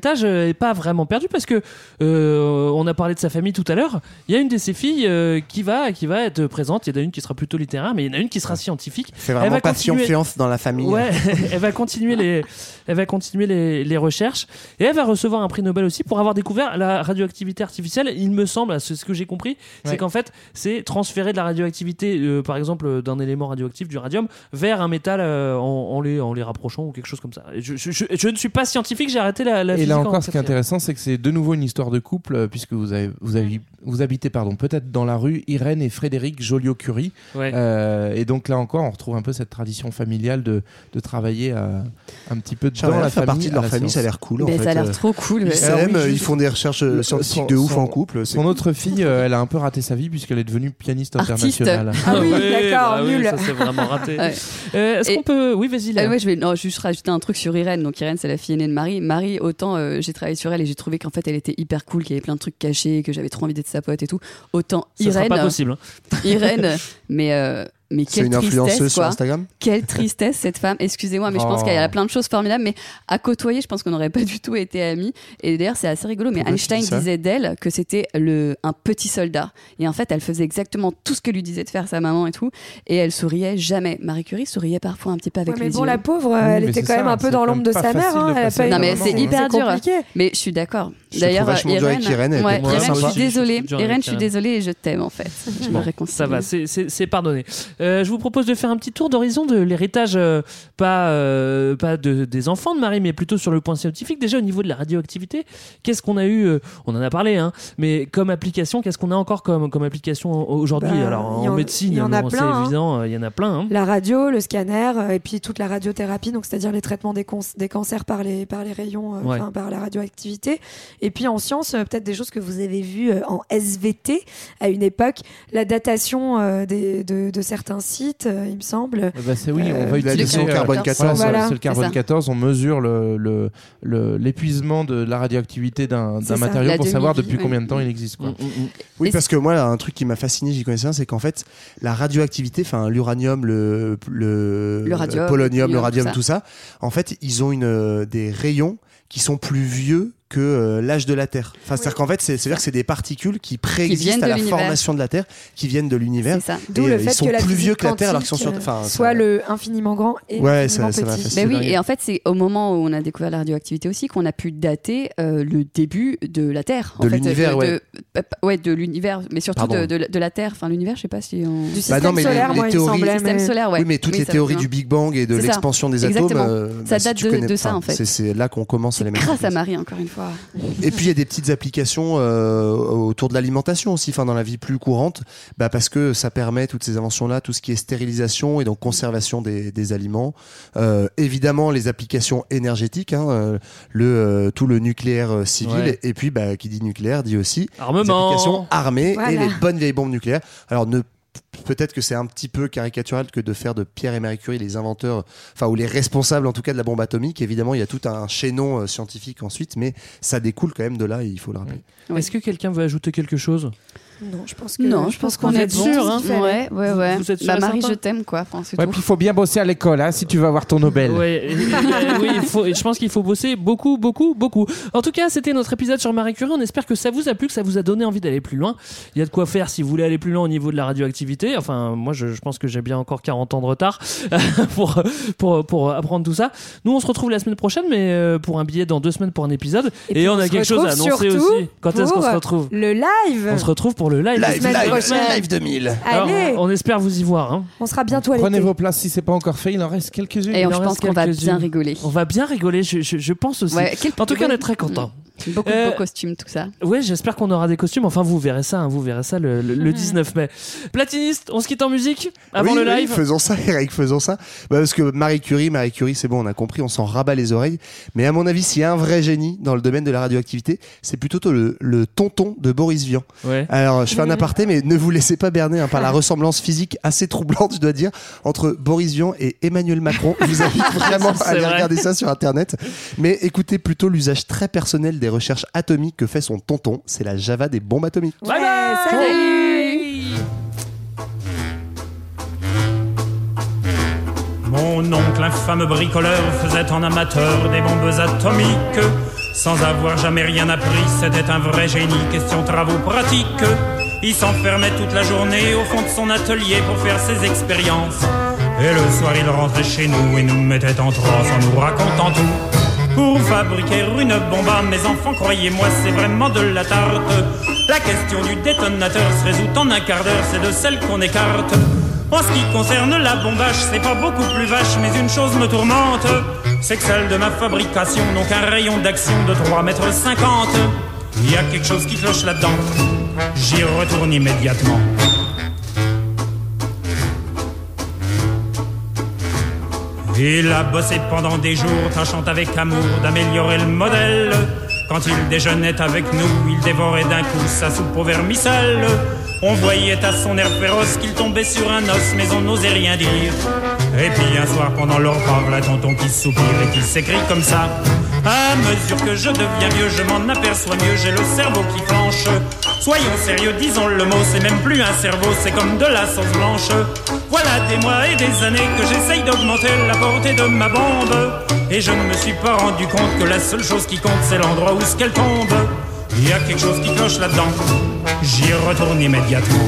l'héritage est pas vraiment perdu parce que euh, on a parlé de sa famille tout à l'heure. Il y a une de ses filles euh, qui va qui va être présente. Il y en a une qui sera plutôt littéraire, mais il y en a une qui sera scientifique. C'est vraiment va passion continuer... fiance dans la famille. Ouais, elle va continuer les elle va continuer les, les recherches et elle va recevoir un prix Nobel aussi pour avoir découvert la radioactivité artificielle. Il me semble, c'est ce que j'ai compris, c'est ouais. qu'en fait c'est transférer de la radioactivité, euh, par exemple d'un élément radioactif, du radium, vers un métal euh, en, en les en les rapprochant ou quelque chose comme ça. Je, je, je, je ne suis pas scientifique, j'ai arrêté la, la et physique. Et là encore, ce qui est intéressant, c'est que c'est de nouveau une histoire de couple, euh, puisque vous avez, vous avez, vous habitez, pardon, peut-être dans la rue Irène et Frédéric Joliot-Curie. Ouais. Euh, et donc là encore, on retrouve un peu cette tradition familiale de, de travailler à, un petit peu dans la faire famille. partie de leur famille, ça a l'air cool. Mais en ça fait. a l'air trop cool. Ils s'aiment, oui, ils font des recherches le, scientifiques son, de ouf son, en couple. Son autre fille, euh, elle a un peu raté sa vie puisqu'elle est devenue pianiste Artiste. internationale. Ah oui, ouais, d'accord, bah nul. Oui, ça c'est vraiment raté. Ouais. Euh, est-ce et, qu'on peut, oui, vas-y. Là. Euh, ouais, je vais non, juste rajouter un truc sur Irène. Donc Irène, c'est la fille aînée de Marie. Marie, autant euh, j'ai travaillé sur elle et j'ai trouvé qu'en fait elle était hyper cool, qu'il y avait plein de trucs cachés, que j'avais trop envie d'être sa pote et tout. Autant ça Irène. sera pas possible. Hein. Influenceuse, mais euh, mais c'est quelle une tristesse, influenceuse quoi. sur Instagram. Quelle tristesse cette femme. Excusez-moi, mais oh. je pense qu'elle a plein de choses formidables, mais à côtoyer, je pense qu'on n'aurait pas du tout été amis. Et d'ailleurs, c'est assez rigolo. Mais Pourquoi Einstein disait d'elle que c'était le un petit soldat. Et en fait, elle faisait exactement tout ce que lui disait de faire sa maman et tout. Et elle souriait jamais. Marie Curie souriait parfois un petit peu avec ouais, mais les bon, yeux. la pauvre, oui, elle était quand même un peu dans l'ombre de sa mère. Hein. Elle a pas non, mais c'est hyper dur. Compliqué. Mais je suis d'accord. Je D'ailleurs, Irène, Irène, Irène, ouais, Irène je suis désolée. Irène, je suis désolée et je t'aime en fait. Je me réconcilie. Ça va, c'est, c'est, c'est pardonné. Euh, je vous propose de faire un petit tour d'horizon de l'héritage, euh, pas, euh, pas de, des enfants de Marie, mais plutôt sur le point scientifique. Déjà au niveau de la radioactivité, qu'est-ce qu'on a eu euh, on en a parlé, hein, mais comme application, qu'est-ce qu'on a encore comme, comme application aujourd'hui? bah, Alors en, en médecine, il y en a bon, plein, c'est évident, il hein. y en a plein. Hein. La radio, le scanner, euh, et puis toute la radiothérapie, donc c'est-à-dire les traitements des, cons- des cancers par les, par les rayons, euh, ouais. par la radioactivité. Et puis en science, euh, peut-être des choses que vous avez vues euh, en S V T à une époque, la datation euh, des, de, de certains sites, euh, il me semble. Bah c'est oui, on va euh, utiliser le carbone quatorze. Voilà, voilà, c'est le carbone c'est quatorze. On mesure le, le, le, l'épuisement de la radioactivité d'un, d'un matériau la pour savoir demi-vie, depuis ouais. combien de temps il existe. Quoi. Mmh, mmh. Oui, Et parce que moi, là, un truc qui m'a fasciné, j'y connaissais un, c'est qu'en fait, la radioactivité, enfin l'uranium, le, le, Le radium, polonium, le le radium, tout ça. tout ça, en fait, ils ont une, euh, des rayons qui sont plus vieux que euh, l'âge de la Terre. Enfin, c'est-à-dire qu'en fait, c'est, c'est-à-dire que c'est des particules qui préexistent de à la l'univers. formation de la Terre, qui viennent de l'univers. C'est ça. D'où Et, le euh, fait ils sont que la plus vieux physique que la Terre, alors qu'ils sont sur. quantique, Enfin, soit ça- le infiniment grand et Ouais, infiniment ça- ça m'a petit. fasciné. Ben oui, dingue. et en fait, c'est au moment où on a découvert la radioactivité aussi qu'on a pu dater euh, le début de la Terre. En De fait, l'univers, de, ouais. de, euh, ouais, de l'univers, mais surtout Pardon. de, de, de la Terre. Enfin, l'univers, je sais pas si on. Du Bah système non, mais les- solaire, les moi, il théories- me semblait. Système mais- solaire, ouais. Oui, mais toutes Oui, les ça théories va du bien. Big Bang et de C'est ça. l'expansion des Exactement. atomes, euh, Ça bah, si date tu de- connais- de ça, enfin, en fait. C'est, c'est là qu'on commence à les mettre. en Grâce à place. Marie, encore une fois. Et puis il y a des petites applications euh, autour de l'alimentation aussi, enfin dans la vie plus courante, bah parce que ça permet toutes ces inventions-là, tout ce qui est stérilisation et donc conservation des, des aliments. Euh, évidemment les applications énergétiques, hein, euh, le euh, tout le nucléaire euh, civil, Ouais. et, et puis bah qui dit nucléaire dit aussi Armement. des applications armées Voilà. et les bonnes vieilles bombes nucléaires. Alors ne peut-être que c'est un petit peu caricatural que de faire de Pierre et Marie Curie les inventeurs, enfin ou les responsables en tout cas de la bombe atomique. Évidemment, il y a tout un chaînon euh, scientifique ensuite, mais ça découle quand même de là, et il faut le rappeler. Ouais. Est-ce que quelqu'un veut ajouter quelque chose? Non, je pense que. Non, je pense qu'on Vous est êtes bon. sûr, hein Ouais, ouais, ouais. Vous êtes sûr Bah, et Marie, certain je t'aime, quoi. Enfin, c'est Ouais, tout. puis il faut bien bosser à l'école hein, si tu veux avoir ton Nobel. Ouais, et- et- et- oui, il faut, et je pense qu'il faut bosser beaucoup, beaucoup, beaucoup. En tout cas, c'était notre épisode sur Marie Curie. On espère que ça vous a plu, que ça vous a donné envie d'aller plus loin. Il y a de quoi faire si vous voulez aller plus loin au niveau de la radioactivité. Enfin, moi, je, je pense que j'ai bien encore quarante ans de retard pour, pour, pour apprendre tout ça. Nous, on se retrouve la semaine prochaine, mais euh, pour un billet dans deux semaines pour un épisode. Et, puis, on, on a se quelque chose à retrouve annoncer surtout aussi. Quand est-ce qu'on se pour retrouve? Le live. On se retrouve pour le live. Live, semaine live, prochaine. live deux mille. Alors, Allez, on espère vous y voir. Hein. on sera bientôt à l'été. Prenez vos places si c'est pas encore fait, il en reste quelques-unes. Et Il on- en je reste pense qu'on va quelques-unes. bien rigoler. On va bien rigoler, je, je, je pense aussi. Ouais, quel- En tout cas, on ouais. est très contents. Beaucoup Euh, de beaux costumes, tout ça. Ouais, j'espère qu'on aura des costumes. Enfin, vous verrez ça, hein, vous verrez ça le, le, le dix-neuf mai. Platiniste, on se quitte en musique avant Oui, le oui, live. faisons ça, Eric, faisons ça. Bah, parce que Marie Curie, Marie Curie, c'est bon, on a compris, on s'en rabat les oreilles. Mais à mon avis, s'il y a un vrai génie dans le domaine de la radioactivité, c'est plutôt le, le tonton de Boris Vian. Ouais. Alors, je fais un aparté, mais ne vous laissez pas berner hein, par la ressemblance physique assez troublante, je dois dire, entre Boris Vian et Emmanuel Macron. Je vous invite vraiment C'est à aller vrai. regarder ça sur Internet. Mais écoutez plutôt l'usage très personnel des recherches atomiques que fait son tonton. C'est la Java des bombes atomiques. Bye bye. Salut. Mon oncle, infâme bricoleur, faisait en amateur des bombes atomiques. sans avoir jamais rien appris. C'était un vrai génie, question travaux pratiques. Il s'enfermait toute la journée au fond de son atelier pour faire ses expériences. Et le soir il rentrait chez nous et nous mettait en transe en nous racontant tout. Pour fabriquer une bombe à mes enfants, croyez-moi, c'est vraiment de la tarte. La question du détonateur se résout en un quart d'heure, c'est de celle qu'on écarte. En ce qui concerne la bombage, c'est pas beaucoup plus vache, mais une chose me tourmente, c'est que celle de ma fabrication n'ont qu'un rayon d'action de trois mètres cinquante. Il y a quelque chose qui cloche là-dedans, j'y retourne immédiatement. Il a bossé pendant des jours, tâchant avec amour d'améliorer le modèle. Quand il déjeunait avec nous, il dévorait d'un coup sa soupe au vermicelle. On voyait à son air féroce qu'il tombait sur un os, mais on n'osait rien dire. Et puis un soir pendant le repas, voilà tonton qui soupire et qui s'écrie comme ça: à mesure que je deviens vieux, je m'en aperçois mieux, j'ai le cerveau qui flanche. Soyons sérieux, disons le mot, c'est même plus un cerveau, c'est comme de la sauce blanche. Voilà des mois et des années que j'essaye d'augmenter la portée de ma bombe, et je ne me suis pas rendu compte que la seule chose qui compte, c'est l'endroit où ce qu'elle tombe. Il y a quelque chose qui cloche là-dedans, j'y retourne immédiatement.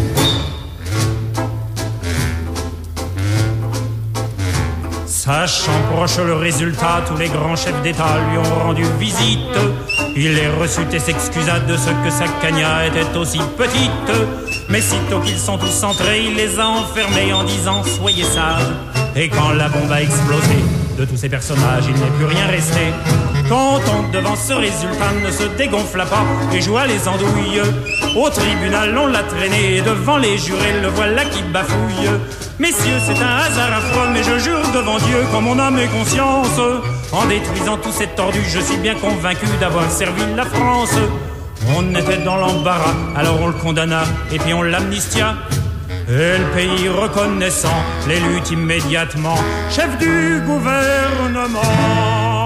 Sachant proche le résultat, tous les grands chefs d'État lui ont rendu visite. Il les reçut et s'excusa de ce que sa cagna était aussi petite. Mais sitôt qu'ils sont tous entrés, il les a enfermés en disant: soyez sages. Et quand la bombe a explosé, de tous ces personnages, il n'est plus rien resté. Tonton, devant ce résultat, ne se dégonfla pas et joua les andouilles. Au tribunal, on l'a traîné et devant les jurés, le voilà qui bafouille. Messieurs, c'est un hasard affreux, mais je jure devant Dieu qu'en mon âme et conscience, en détruisant tous ces tordus, je suis bien convaincu d'avoir servi la France. On était dans l'embarras, alors on le condamna et puis on l'amnistia. Et le pays reconnaissant l'élut immédiatement chef du gouvernement.